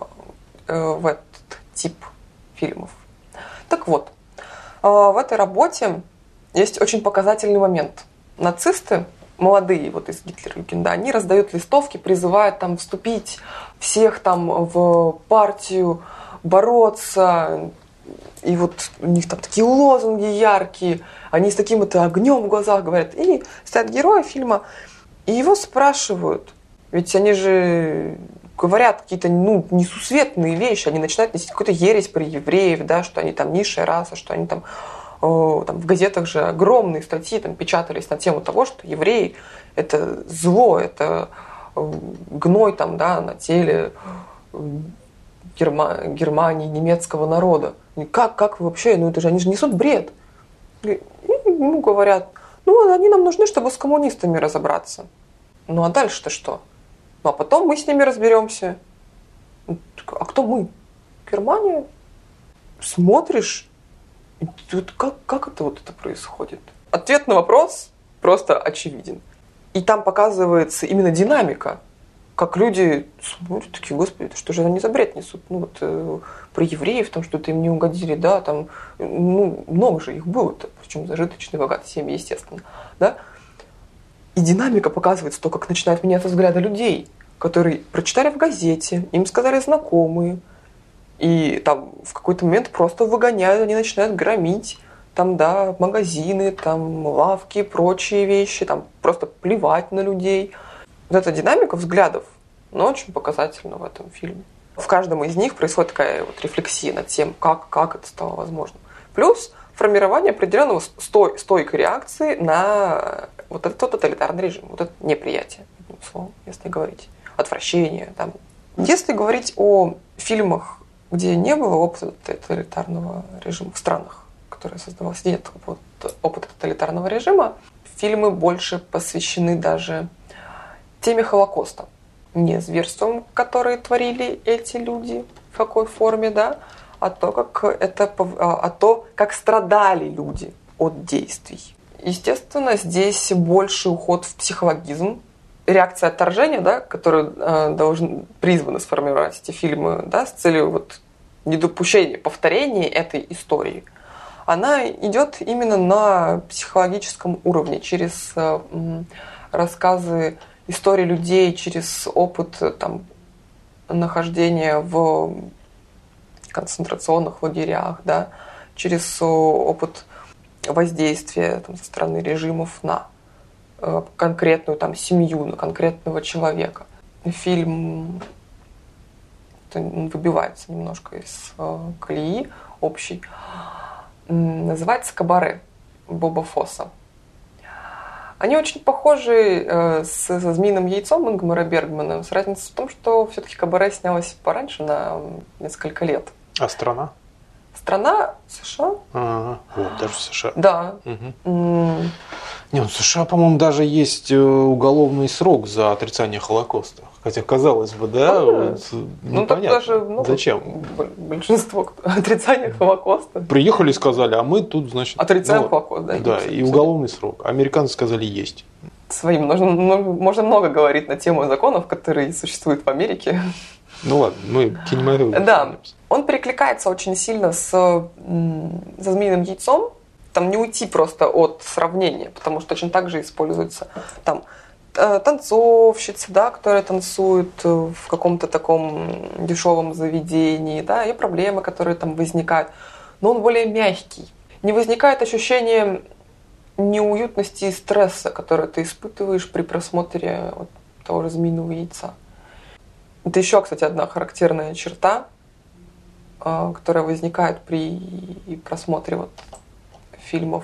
в этот тип фильмов. Так вот, в этой работе есть очень показательный момент. Нацисты, молодые вот из Гитлер-Югенда, они раздают листовки, призывают там вступить всех там в партию, бороться. И вот у них там такие лозунги яркие, они с таким вот огнем в глазах говорят. И стоят герои фильма, и его спрашивают. Ведь они же говорят какие-то несусветные вещи, они начинают нести какую-то ересь про евреев, да, что они там низшая раса, что они там в газетах же огромные статьи там печатались на тему того, что евреи – это зло, это гной там, да, на теле Германии, немецкого народа. И как вообще, это же они же несут бред. И, говорят, они нам нужны, чтобы с коммунистами разобраться. Ну а дальше-то что? Ну а потом мы с ними разберемся. А кто мы? Германия? Смотришь, и тут как это происходит? Ответ на вопрос просто очевиден. И там показывается именно динамика. Как люди смотрят, такие, господи, что же они за бред несут? Про евреев, там что-то им не угодили, да, там, много же их было-то, причем зажиточные, богатые семьи, естественно, да. И динамика показывается то, как начинают меняться взгляды людей, которые прочитали в газете, им сказали знакомые, и там в какой-то момент просто выгоняют, они начинают громить, там, да, магазины, там, лавки, прочие вещи, там, просто плевать на людей. Вот эта динамика взглядов, очень показательна в этом фильме. В каждом из них происходит такая вот рефлексия над тем, как это стало возможным. Плюс формирование определенного стойкой реакции на вот этот тоталитарный режим, вот это неприятие, одним словом, если говорить, отвращение. Там. Если говорить о фильмах, где не было опыта тоталитарного режима в странах, которые создавались, где нет опыта тоталитарного режима, фильмы больше посвящены даже теме Холокоста. Не зверством, которые творили эти люди, в какой форме, да, а то, как страдали люди от действий. Естественно, здесь больше уход в психологизм, реакция отторжения, да, которую призваны сформировать эти фильмы, да, с целью вот недопущения повторения этой истории, она идет именно на психологическом уровне, через рассказы истории людей, через опыт там, нахождения в концентрационных лагерях, да, через опыт воздействия там, со стороны режимов на конкретную там, семью, на конкретного человека. Фильм выбивается немножко из колеи общей. Называется «Кабаре» Боба Фосса. Они очень похожи со «Змеиным яйцом» Ингмара Бергмана, с разницей в том, что все-таки «Кабаре» снялось пораньше, на несколько лет. А страна? Страна США. Ага, вот, даже в США. Да. Угу. Не, в США, по-моему, даже есть уголовный срок за отрицание Холокоста. Хотя, казалось бы, да, вот, так даже зачем? Большинство отрицания Холокоста. Приехали и сказали, а мы тут, значит... Отрицаем Холокост, да. Да, и уголовный срок. Американцы сказали, есть. Своим. Можно много говорить на тему законов, которые существуют в Америке. Ну ладно, мы кинематограф. Да, он перекликается очень сильно «За змеиным яйцом». Там не уйти просто от сравнения, потому что точно так же используются там танцовщицы, да, которые танцуют в каком-то таком дешевом заведении, да, и проблемы, которые там возникают. Но он более мягкий. Не возникает ощущение неуютности и стресса, который ты испытываешь при просмотре вот того же «Змеиного яйца». Это еще, кстати, одна характерная черта, которая возникает при просмотре вот фильмов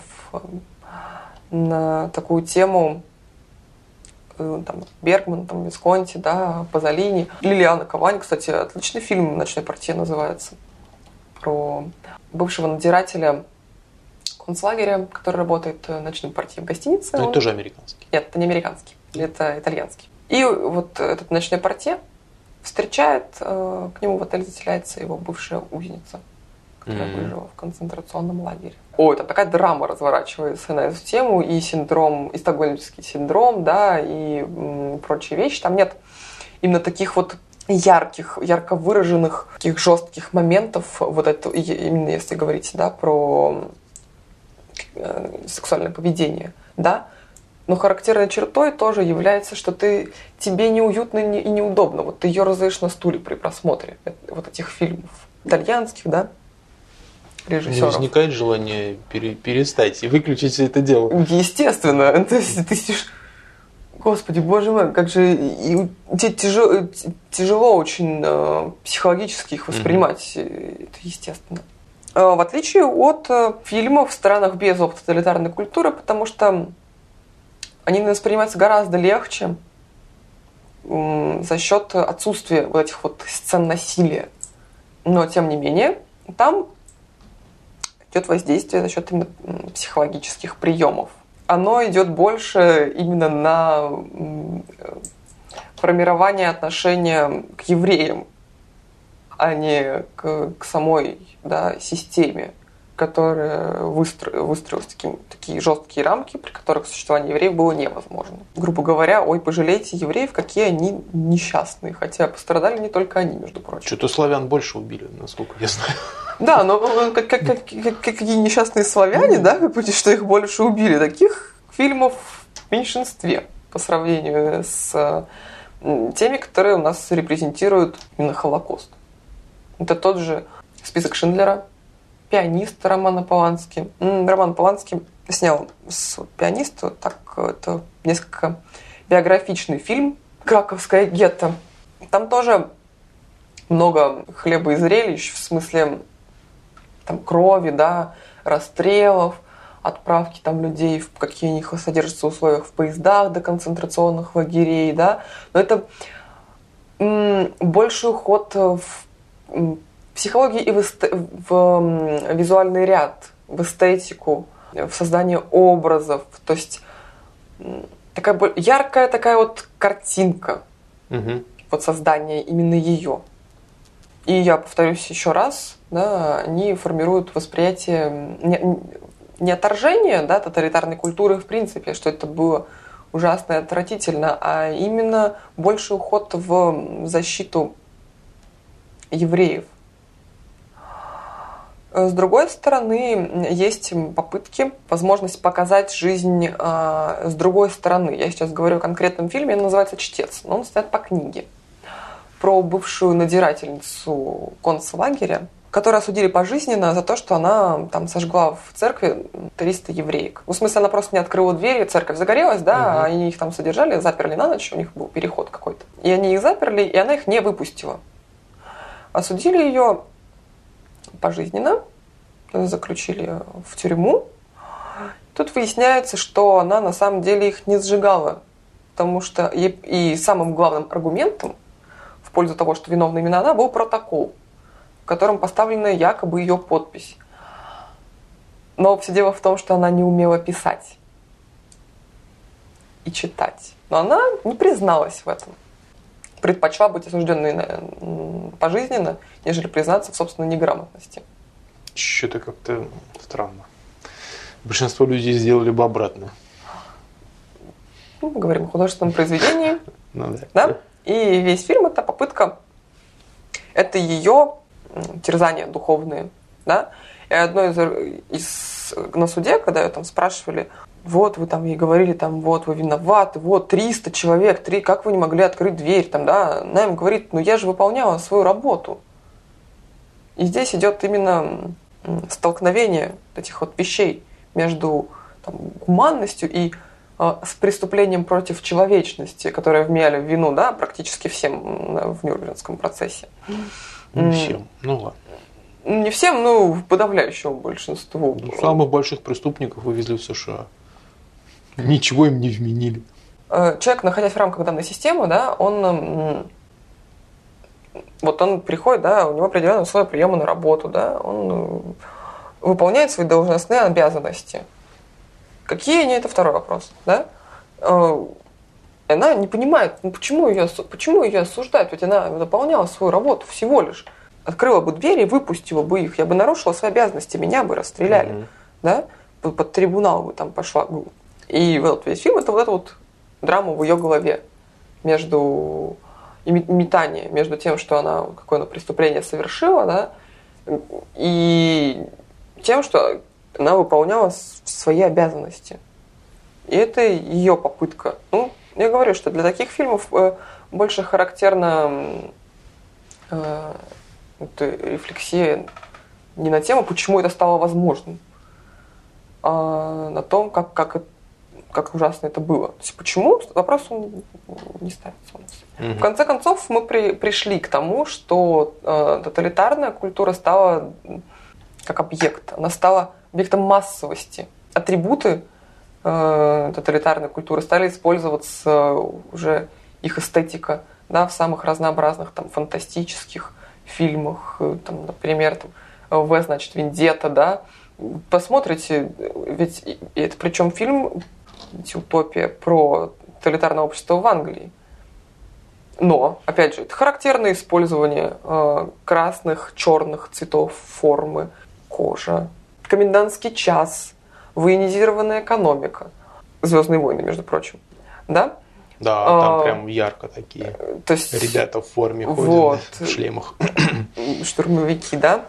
на такую тему, там, Бергман, там, Висконти, да, Пазолини. Лилиана Кавани, кстати, отличный фильм «Ночной портье» называется, про бывшего надзирателя концлагеря, который работает ночным портье в гостинице. Но это тоже американский. Нет, это не американский, это итальянский. И вот этот ночной портье встречает, к нему в отель заселяется его бывшая узница, которая выжила в концентрационном лагере. Ой, там такая драма разворачивается на эту тему, и синдром, и стокгольмский синдром, да, и прочие вещи. Там нет именно таких вот ярко выраженных, таких жестких моментов, вот это, именно если говорить, да, про сексуальное поведение, да. Но характерной чертой тоже является, что тебе неуютно и неудобно. Вот ты ерзаешь на стуле при просмотре вот этих фильмов итальянских, да, режиссеров. Не возникает желание перестать и выключить все это дело? Естественно. Ты сидишь, господи, боже мой, как же тебе тяжело очень психологически их воспринимать. Это естественно. В отличие от фильмов в странах без опыта тоталитарной культуры, потому что они воспринимаются гораздо легче за счет отсутствия вот этих вот сцен насилия. Но, тем не менее, там идет воздействие за счет именно психологических приемов. Оно идет больше именно на формирование отношения к евреям, а не к самой, да, системе, которая выстроилась такие жесткие рамки, при которых существование евреев было невозможно. Грубо говоря, ой, пожалейте евреев, какие они несчастные. Хотя пострадали не только они, между прочим. Что-то славян больше убили, насколько я знаю. Да, но какие несчастные славяне, да, что их больше убили. Таких фильмов в меньшинстве по сравнению с теми, которые у нас репрезентируют именно Холокост. Это тот же «Список Шиндлера», «Пианист» Романа Полански. Роман Полански снял «Пианист», так, это несколько биографичный фильм «Краковское гетто». Там тоже много хлеба и зрелищ, в смысле там, крови, да, расстрелов, отправки там, людей в какие у них содержатся условиях в поездах до концентрационных лагерей. Да. Но это больший уход в психологии и в визуальный ряд, в эстетику, в создание образов. То есть такая яркая такая вот картинка. Угу. Вот создание именно ее. И я повторюсь еще раз, да, они формируют восприятие не отторжение, да, тоталитарной культуры в принципе, что это было ужасно и отвратительно, а именно больший уход в защиту евреев. С другой стороны, есть попытки, возможность показать жизнь с другой стороны. Я сейчас говорю о конкретном фильме, он называется «Чтец», но он снят по книге про бывшую надзирательницу концлагеря, которую осудили пожизненно за то, что она там сожгла в церкви 300 евреек. Ну, в смысле, она просто не открыла двери, церковь загорелась, да, они их там содержали, заперли на ночь, у них был переход какой-то. И они их заперли, и она их не выпустила. Осудили ее пожизненно, заключили в тюрьму. Тут выясняется, что она на самом деле их не сжигала, потому что и самым главным аргументом в пользу того, что виновна именно она, был протокол, в котором поставлена якобы ее подпись. Но все дело в том, что она не умела писать и читать. Но она не призналась в этом. Предпочла быть осужденной пожизненно, нежели признаться в собственной неграмотности. Что-то как-то странно. Большинство людей сделали бы обратно. Мы говорим о художественном произведении. Ну, да? И весь фильм — это попытка, это ее терзания духовные. Да? И одно из на суде, когда ее там спрашивали, вот вы там ей говорили, там, вот вы виноваты, вот 300 человек, как вы не могли открыть дверь, там, да? Она им говорит, ну я же выполняла свою работу. И здесь идет именно столкновение этих вот вещей между там, гуманностью и с преступлением против человечности, которое вменяли в вину, да, практически всем в Нюрнбергском процессе. Не всем, ну ладно. Не всем, но подавляющему большинству. Самых больших преступников вывезли в США. Ничего им не вменили. Человек, находясь в рамках данной системы, да, он приходит, да, у него определенные условия приема на работу, да, он выполняет свои должностные обязанности. Какие они, это второй вопрос, да? Она не понимает, почему ее осуждают, ведь она выполняла свою работу всего лишь. Открыла бы двери и выпустила бы их, я бы нарушила свои обязанности, меня бы расстреляли, да? Под трибунал бы там пошла. И вот весь фильм — это вот эта вот драма в ее голове между метание между тем, что она какое-то преступление совершила, да, и тем, что она выполняла свои обязанности. И это ее попытка. Ну, я говорю, что для таких фильмов больше характерна рефлексия не на тему, почему это стало возможным, а на том, как ужасно это было. То есть почему? Вопрос не ставится у нас. В конце концов, мы пришли к тому, что тоталитарная культура стала как объект. Она стала объектом массовости. Атрибуты тоталитарной культуры стали использоваться уже их эстетика, да, в самых разнообразных там, фантастических фильмах. Там, например, там, «В», значит, «Вендетта», да. Посмотрите, ведь это причем фильм «Утопия» про тоталитарное общество в Англии. Но, опять же, это характерное использование красных, черных цветов формы, кожа, комендантский час, военизированная экономика. «Звездные войны», между прочим. Да? Да, там прям ярко такие. То есть, ребята в форме вот, ходят, в шлемах. Штурмовики, да?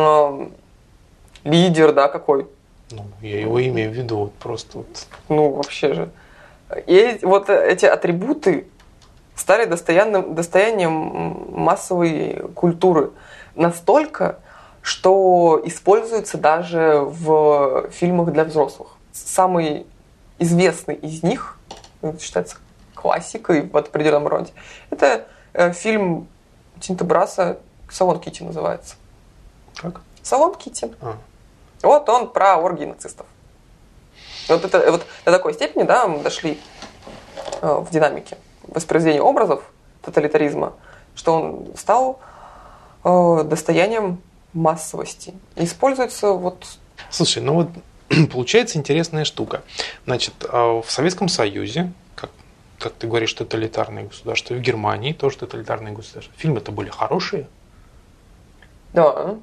Лидер, да, какой? Ну, я его имею в виду, вот просто вот. Ну, вообще же. И вот эти атрибуты стали достоянием массовой культуры. Настолько, что используются даже в фильмах для взрослых. Самый известный из них, считается классикой в определенном роде, это фильм Тинто Брасса «Салон Китти» называется. Как? «Салон Китти». Вот он про оргии нацистов. Вот это вот до такой степени, да, мы дошли в динамике воспроизведения образов тоталитаризма, что он стал достоянием массовости. И используется вот... Слушай, ну вот получается интересная штука. Значит, в Советском Союзе, как ты говоришь, тоталитарные государства. И в Германии тоже тоталитарные государства. Фильмы-то были хорошие. Да.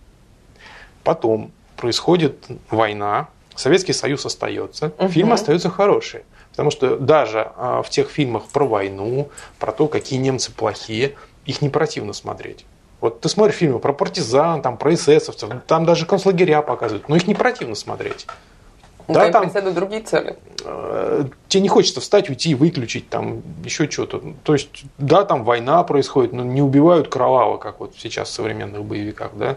Потом происходит война, Советский Союз остается, фильмы остаются хорошие. Потому что даже в тех фильмах про войну, про то, какие немцы плохие, их не противно смотреть. Вот ты смотришь фильмы про партизан, там, про эсэсовцев, там даже концлагеря показывают, но их не противно смотреть. Да, там преследуют другие цели. Тебе не хочется встать, уйти, выключить, там, еще что-то. То есть, да, там война происходит, но не убивают кроваво, как вот сейчас в современных боевиках, да.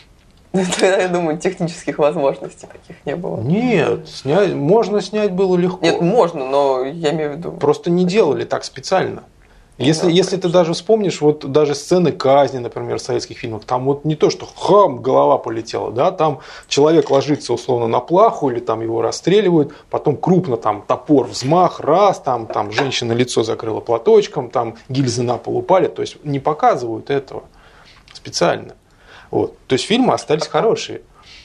Я думаю, технических возможностей таких не было. Нет, можно снять было легко. Нет, можно, но я имею в виду... Просто не делали так специально. Если ты даже вспомнишь, вот даже сцены казни, например, в советских фильмах, там вот не то, что голова полетела, да, там человек ложится условно на плаху или там его расстреливают, потом крупно там топор, взмах, раз, там женщина лицо закрыла платочком, там гильзы на пол упали, то есть не показывают этого специально. Вот. То есть фильмы остались хорошие.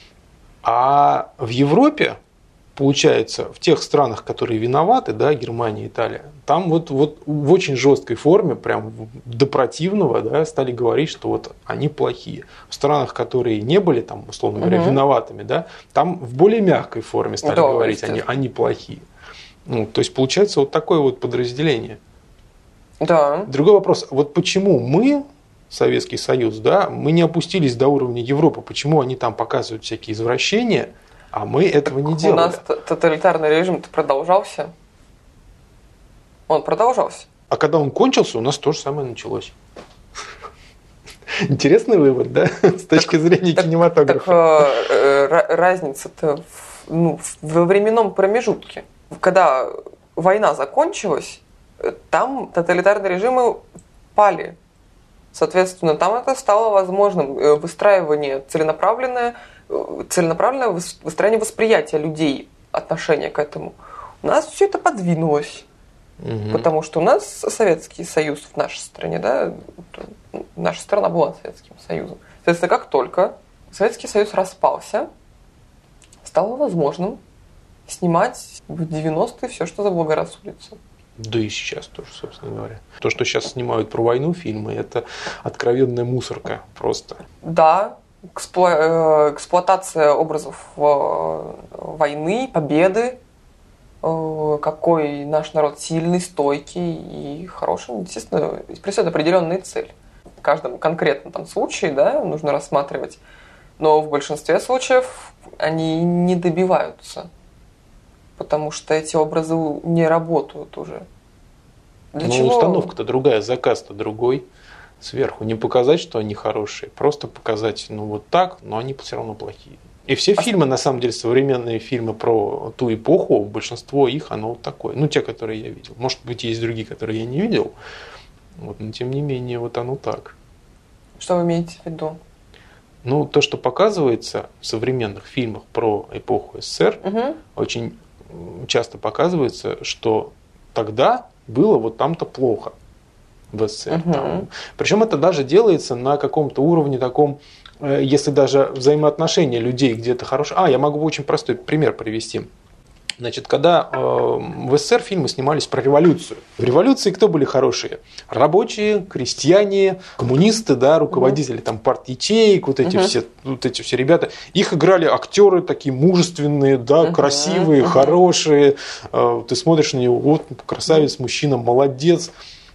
А в Европе, получается, в тех странах, которые виноваты, да, Германия, Италия, там вот в очень жесткой форме, прям до противного, да, стали говорить, что вот они плохие. В странах, которые не были, там, условно говоря, виноватыми, да, там в более мягкой форме стали говорить, они плохие. Ну, то есть получается вот такое вот подразделение. Да. Другой вопрос, вот почему мы, Советский Союз, да, мы не опустились до уровня Европы, почему они там показывают всякие извращения, а мы этого не делали. У нас тоталитарный режим продолжался. Он продолжался. А когда он кончился, у нас то же самое началось. Интересный вывод, да, с точки зрения кинематографа. Так разница-то во временном промежутке. Когда война закончилась, там тоталитарные режимы пали. Соответственно, там это стало возможным выстраивание целенаправленное выстраивание восприятия людей, отношения к этому. У нас все это подвинулось. Потому что у нас Советский Союз в нашей стране, да, наша страна была Советским Союзом. Соответственно, как только Советский Союз распался, стало возможным снимать в 90-е все, что заблагорассудится. Да и сейчас тоже, собственно говоря. То, что сейчас снимают про войну фильмы, это откровенная мусорка просто. Да, эксплуатация образов войны, победы, какой наш народ сильный, стойкий и хороший, естественно, преследует определенные цели. В каждом конкретном там случае, да, нужно рассматривать, но в большинстве случаев они не добиваются, потому что эти образы не работают уже. Для чего? Установка-то другая, заказ-то другой. Сверху не показать, что они хорошие, просто показать, вот так, но они все равно плохие. И все фильмы, на самом деле, современные фильмы про ту эпоху, большинство их, оно вот такое. Те, которые я видел. Может быть, есть другие, которые я не видел, но тем не менее, вот оно так. Что вы имеете в виду? То, что показывается в современных фильмах про эпоху СССР, очень часто показывается, что тогда было вот там-то плохо в СССР. Причем это даже делается на каком-то уровне таком, если даже взаимоотношения людей где-то хорошие. Я могу очень простой пример привести. Значит, когда в СССР фильмы снимались про революцию. В революции кто были хорошие? Рабочие, крестьяне, коммунисты, да, руководители там парт-ячеек, вот эти все ребята. Их играли актеры такие мужественные, да, красивые, хорошие. Ты смотришь на него, вот красавец, мужчина, молодец.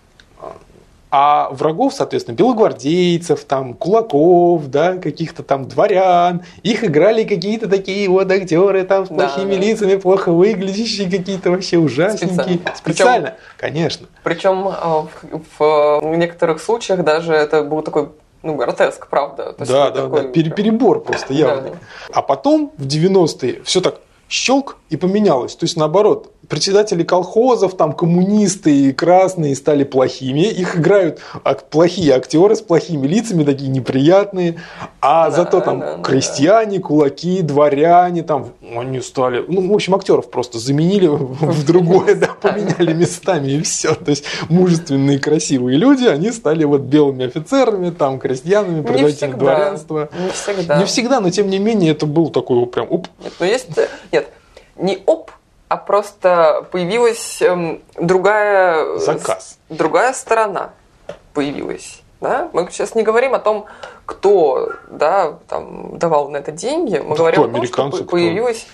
А врагов, соответственно, белогвардейцев, там, кулаков, да, каких-то там дворян, их играли какие-то такие вот актеры там с плохими лицами, плохо выглядящие, какие-то вообще ужасненькие. Специально, конечно. Причем в некоторых случаях даже это был такой гротеск, правда. Да, перебор просто явный. Да. А потом в 90-е все так щелк и поменялось. То есть наоборот, председатели колхозов, там коммунисты и красные стали плохими, их играют плохие актеры с плохими лицами, такие неприятные, зато там крестьяне, кулаки, дворяне, там они стали, в общем, актеров просто заменили в другое, да, поменяли местами и все. То есть мужественные, красивые люди, они стали вот белыми офицерами, там крестьянами, представителями дворянства. Не всегда. Не всегда, но тем не менее это был такой прям оп. Нет, не оп, а просто появилась другая... Заказ. Другая сторона появилась. Да? Мы сейчас не говорим о том, кто, да, там, давал на это деньги. Мы говорим о том, что появилась...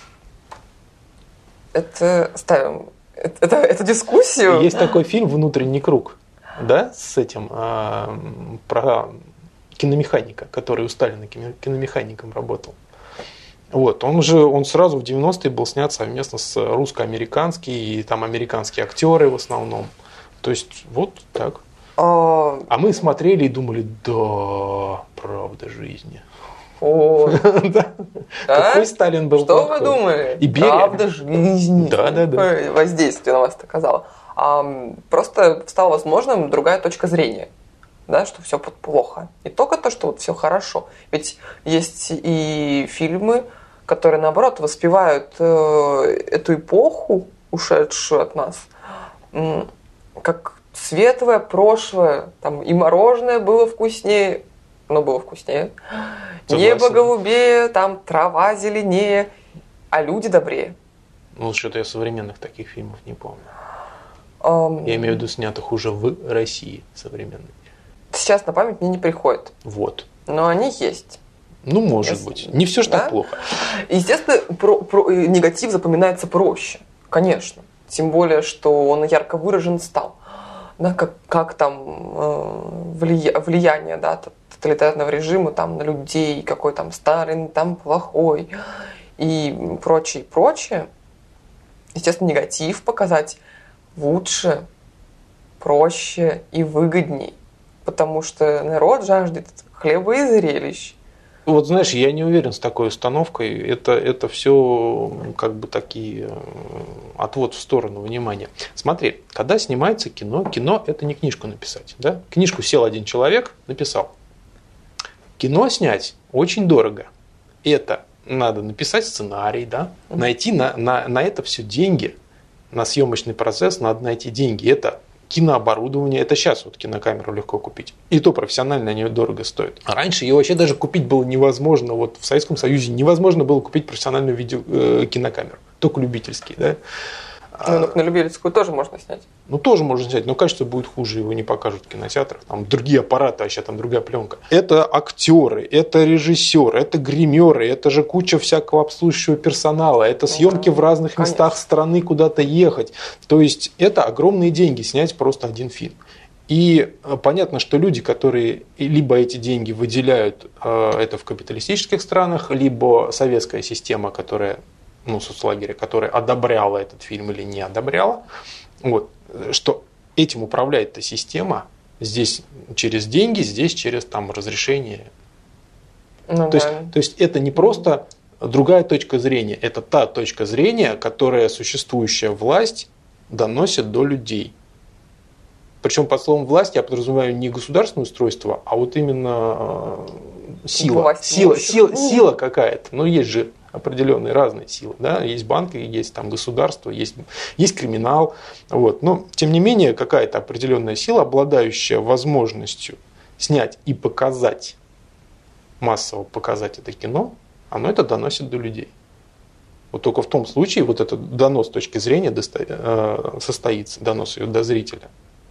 Это ставим... Это дискуссию. Есть такой фильм «Внутренний круг», да, с этим, про киномеханика, который у Сталина киномехаником работал. Вот, он сразу в 90-е был снят совместно с русско-американскими, и там американские актеры в основном. То есть, вот так. А мы смотрели и думали, да, правда жизни. Какой Сталин был плохой. Что вы думали? И правда жизни. Да. Воздействие на вас оказало. Просто стало возможным другая точка зрения. Да, что все плохо. Не только то, что вот все хорошо. Ведь есть и фильмы, которые, наоборот, воспевают эту эпоху, ушедшую от нас, как светлое прошлое. Там и мороженое было вкуснее, оно было вкуснее. Согласен. Небо голубее, там трава зеленее, а люди добрее. Ну, что-то я современных таких фильмов не помню. Я имею в виду снятых уже в России современных. Сейчас на память мне не приходит. Вот. Но они есть. Ну, может быть. Не все ж так плохо. Естественно, негатив запоминается проще. Конечно. Тем более, что он ярко выражен стал. Да, как там влияние, да, тоталитарного режима там, на людей, какой там Сталин, там плохой и прочее. Естественно, негатив показать лучше, проще и выгодней. Потому что народ жаждет хлеба и зрелищ. Вот знаешь, я не уверен с такой установкой. Это все как бы такие отвод в сторону внимания. Смотри, когда снимается кино это не книжку написать. Да? Книжку сел один человек, написал. Кино снять очень дорого. Это надо написать сценарий, да? Найти на это все деньги. На съемочный процесс надо найти деньги. Это кинооборудование, это сейчас вот кинокамеру легко купить. И то профессионально они дорого стоят. А раньше ее вообще даже купить было невозможно. Вот в Советском Союзе невозможно было купить профессиональную кинокамеру. Только любительские, да? На любительскую тоже можно снять. Ну, тоже можно снять, но качество будет хуже, его не покажут в кинотеатрах. Там другие аппараты, вообще там другая пленка. Это актеры, это режиссеры, это гримеры, это же куча всякого обслуживающего персонала, это съемки в разных местах страны, куда-то ехать. То есть это огромные деньги снять просто один фильм. И понятно, что люди, которые либо эти деньги выделяют, это в капиталистических странах, либо советская система, которая, соцлагеря, которая одобряла этот фильм или не одобряла, вот, что этим управляет эта система, здесь через деньги, здесь через там разрешение. То есть это не просто другая точка зрения, это та точка зрения, которая существующая власть доносит до людей. Причем под словом власть я подразумеваю не государственное устройство, а вот именно сила. Сила какая-то. Но есть же определенные разные силы. Да? Есть банки, есть там государство, есть криминал. Вот. Но, тем не менее, какая-то определенная сила, обладающая возможностью снять и показать, массово показать это кино, оно это доносит до людей. Вот только в том случае вот этот донос с точки зрения состоится, донос ее до зрителя.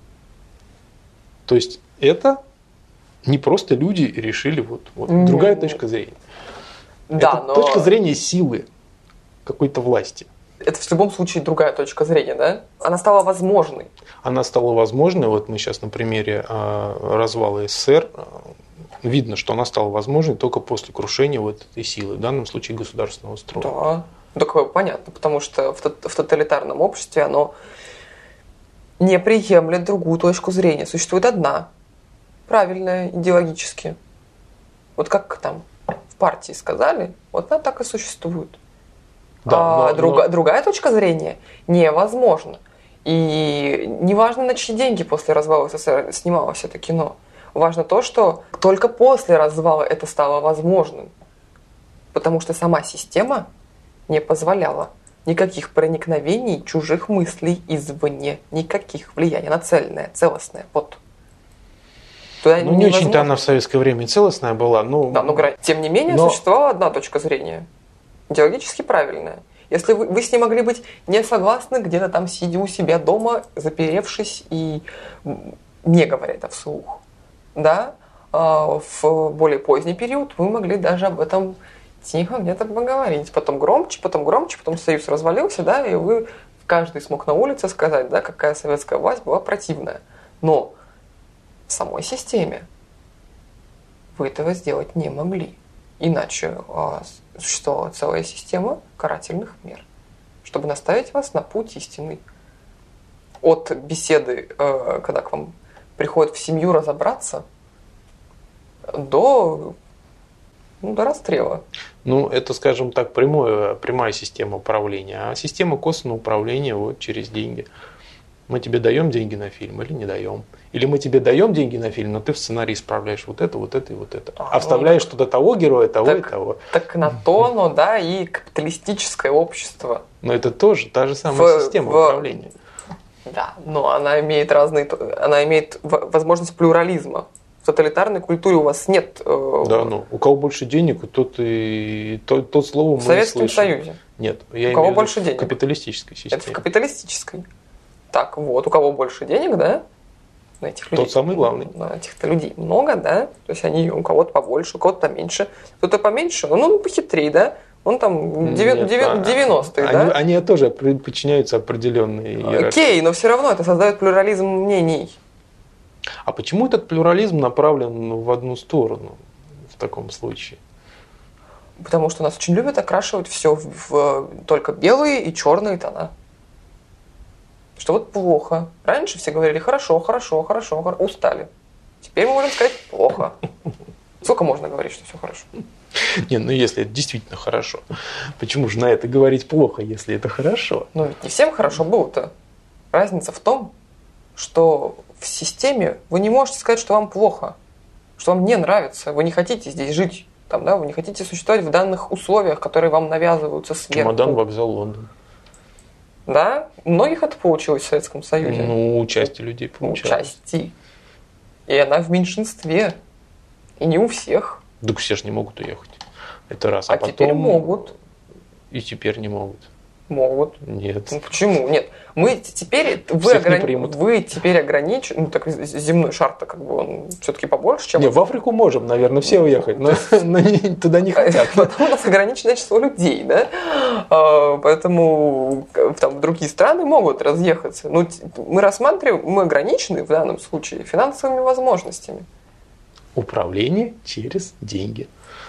То есть это не просто люди решили, другая точка зрения. Да, это точка зрения силы какой-то власти. Это в любом случае другая точка зрения, да? Она стала возможной. Она стала возможной. Вот мы сейчас на примере развала СССР видно, что она стала возможной только после крушения вот этой силы, в данном случае государственного строя. Да, такое понятно, потому что в тоталитарном обществе оно не приемлет другую точку зрения. Существует одна, правильная идеологически. Вот как там в партии сказали, вот она так и существует. Да, другая точка зрения невозможна. И неважно, на чьи деньги после развала СССР снималось это кино. Важно то, что только после развала это стало возможным. Потому что сама система не позволяла никаких проникновений чужих мыслей извне, никаких влияний. Она цельная, целостная. Вот. Не очень-то она в советское время и целостная была. Тем не менее, существовала одна точка зрения. Идеологически правильная. Если вы с ним могли быть не согласны, где-то там сидя у себя дома, заперевшись и не говоря это вслух, да, в более поздний период вы могли даже об этом тихо где-то поговорить. Потом громче, потом союз развалился, да, и каждый смог на улице сказать, да, какая советская власть была противная. Но в самой системе вы этого сделать не могли. Иначе существовала целая система карательных мер, чтобы наставить вас на путь истинный. От беседы, когда к вам приходят в семью разобраться, до расстрела. Ну, это, скажем так, прямая система управления. А система косвенного управления вот через деньги. Мы тебе даем деньги на фильм или не даем? Или мы тебе даем деньги на фильм, но ты в сценарии исправляешь вот это и вот это. А вставляешь туда того героя, того и того. Так на то, да, и капиталистическое общество. Но это тоже та же самая система управления. Да, но она имеет возможность плюрализма. В тоталитарной культуре у вас нет... Да, ну, у кого больше денег, тот слово мы в Советском слышим. Союзе. Нет, у кого больше денег? В капиталистической системе. Это в капиталистической. Так, вот, у кого больше денег, да? На этих людей. Тот самый главный. На этих-то людей много, да? То есть они у кого-то побольше, у кого-то поменьше. Кто-то поменьше, он похитрее, да? Он там 90-е, да? Они тоже подчиняются определенной иерархии. Окей, но все равно это создает плюрализм мнений. А почему этот плюрализм направлен в одну сторону в таком случае? Потому что нас очень любят окрашивать все в только белые и черные тона. Что вот плохо. Раньше все говорили хорошо, устали. Теперь мы можем сказать плохо. Сколько можно говорить, что все хорошо? Не, ну если это действительно хорошо. Почему же на это говорить плохо, если это хорошо? Ну ведь не всем хорошо было-то. Разница в том, что в системе вы не можете сказать, что вам плохо, что вам не нравится, вы не хотите здесь жить, там, да, вы не хотите существовать в данных условиях, которые вам навязываются сверху. Чемодан, вокзал, Лондон. Да? У многих это получилось в Советском Союзе. Ну, у части людей получалось. У части. И она в меньшинстве. И не у всех. Так все же не могут уехать. Это раз. А потом... теперь могут. И теперь не могут. Могут. Нет. Ну, почему? Нет. Вы теперь ограничены. Ну, так земной шар-то как бы он все-таки побольше, чем... Не, в Африку можем, наверное, все уехать, но туда не хотят. Потом у нас ограниченное число людей, да? Поэтому там другие страны могут разъехаться. Но мы ограничены в данном случае финансовыми возможностями. Управление через деньги.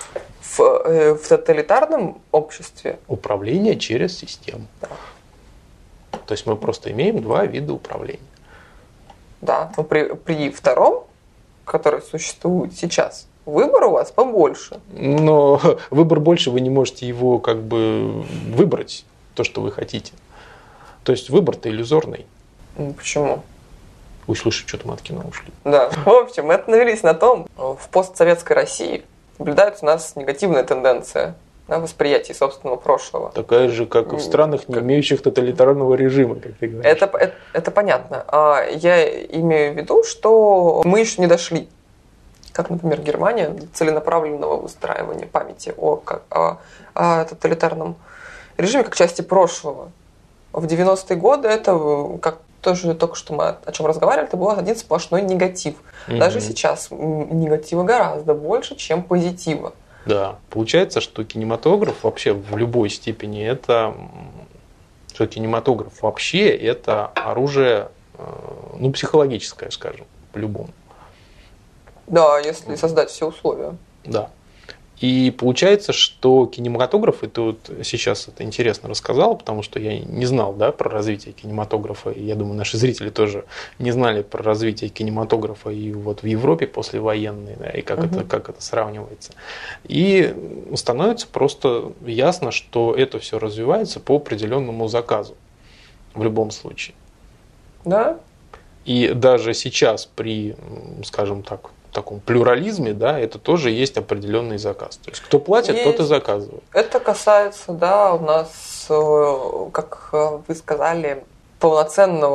В тоталитарном обществе. Управление через систему. Да. То есть мы просто имеем два вида управления. Да, но при втором, который существует сейчас, выбор у вас побольше. Но выбор больше, вы не можете его как бы выбрать, то, что вы хотите. То есть выбор-то иллюзорный. Почему? Ой, слушай, что-то мы от кино ушли. Да, в общем, мы остановились на том, в постсоветской России наблюдается у нас негативная тенденция на восприятие собственного прошлого. Такая же, как и в странах, не имеющих тоталитарного режима, как ты говоришь. Это понятно. Я имею в виду, что мы еще не дошли, как, например, Германия, до целенаправленного выстраивания памяти о тоталитарном режиме как части прошлого. В 90-е годы это, как тоже только что мы о чем разговаривали, это был один сплошной негатив. Даже сейчас негатива гораздо больше, чем позитива. Да, получается, что кинематограф вообще в любой степени это оружие, психологическое, скажем, по-любому. Да, если создать все условия. Да. И получается, что кинематограф, и ты вот сейчас это интересно рассказал, потому что я не знал, да, про развитие кинематографа, и я думаю, наши зрители тоже не знали про развитие кинематографа и вот в Европе послевоенной, да, и как это сравнивается. И становится просто ясно, что это все развивается по определенному заказу в любом случае. Да. И даже сейчас при, скажем так, таком плюрализме, да, это тоже есть определенный заказ. То есть кто платит, тот и заказывает. Это касается, да, у нас, как вы сказали,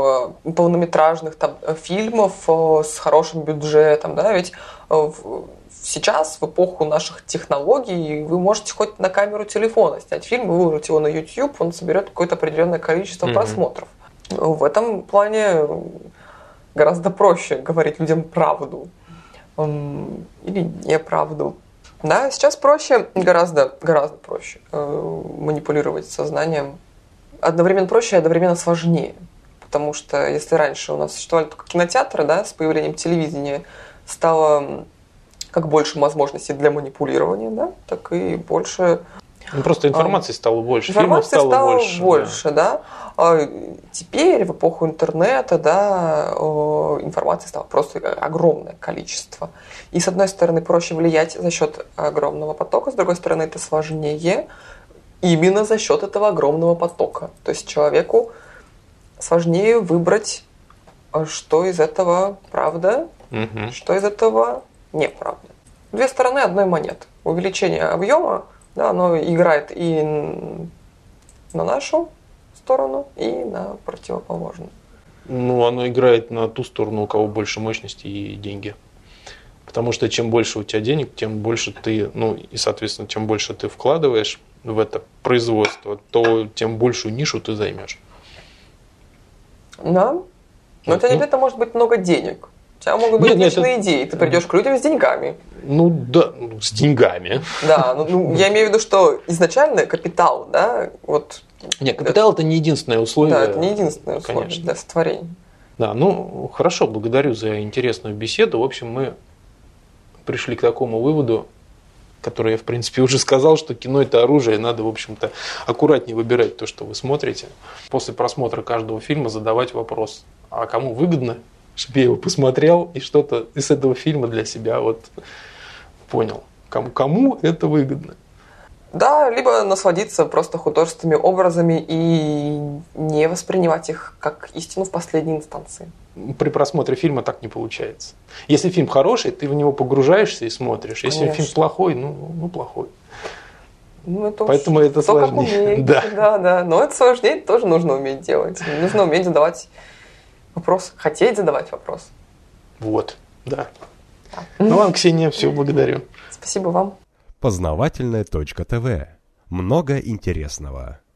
полнометражных там фильмов с хорошим бюджетом, да, ведь сейчас, в эпоху наших технологий, вы можете хоть на камеру телефона снять фильм, выложить его на YouTube, он соберет какое-то определенное количество просмотров. В этом плане гораздо проще говорить людям правду или неправду. Да, сейчас проще, гораздо проще манипулировать сознанием. Одновременно проще и одновременно сложнее. Потому что если раньше у нас существовали только кинотеатры, да, с появлением телевидения стало как больше возможностей для манипулирования, да, так и больше... Просто информации стало больше, фильмов стало больше, да. А теперь в эпоху интернета, да, информации стало просто огромное количество. И с одной стороны проще влиять за счет огромного потока, с другой стороны это сложнее именно за счет этого огромного потока. То есть человеку сложнее выбрать, что из этого правда, что из этого неправда. Две стороны одной монеты. Увеличение объема, да, оно играет и на нашу сторону, и на противоположную. Ну, оно играет на ту сторону, у кого больше мощности и деньги. Потому что чем больше у тебя денег, тем больше ты, ну и, соответственно, чем больше ты вкладываешь в это производство, то тем большую нишу ты займешь. Да. Но у тебя не обязательно может быть много денег. У тебя могут быть отличные идеи. Ты придешь к людям с деньгами. Ну да, с деньгами. Да, ну я имею в виду, что изначально капитал, да, вот. Нет, капитал это не единственное условие. Да, это не единственное условие, конечно, для сотворения. Да, ну хорошо, благодарю за интересную беседу. В общем, мы пришли к такому выводу, который я, в принципе, уже сказал, что кино – это оружие, и надо, в общем-то, аккуратнее выбирать то, что вы смотрите. После просмотра каждого фильма задавать вопрос, а кому выгодно, чтобы я его посмотрел и что-то из этого фильма для себя вот понял. Кому это выгодно? Да, либо насладиться просто художественными образами и не воспринимать их как истину в последней инстанции. При просмотре фильма так не получается. Если фильм хороший, ты в него погружаешься и смотришь. Если фильм плохой, ну плохой. Ну, это поэтому это сложнее. Да. Но это сложнее тоже нужно уметь делать. Нужно уметь задавать вопрос, хотеть задавать вопрос. Вот, да. Ну вам, Ксения, все, благодарю. Спасибо вам. Познавательная .тв. Много интересного.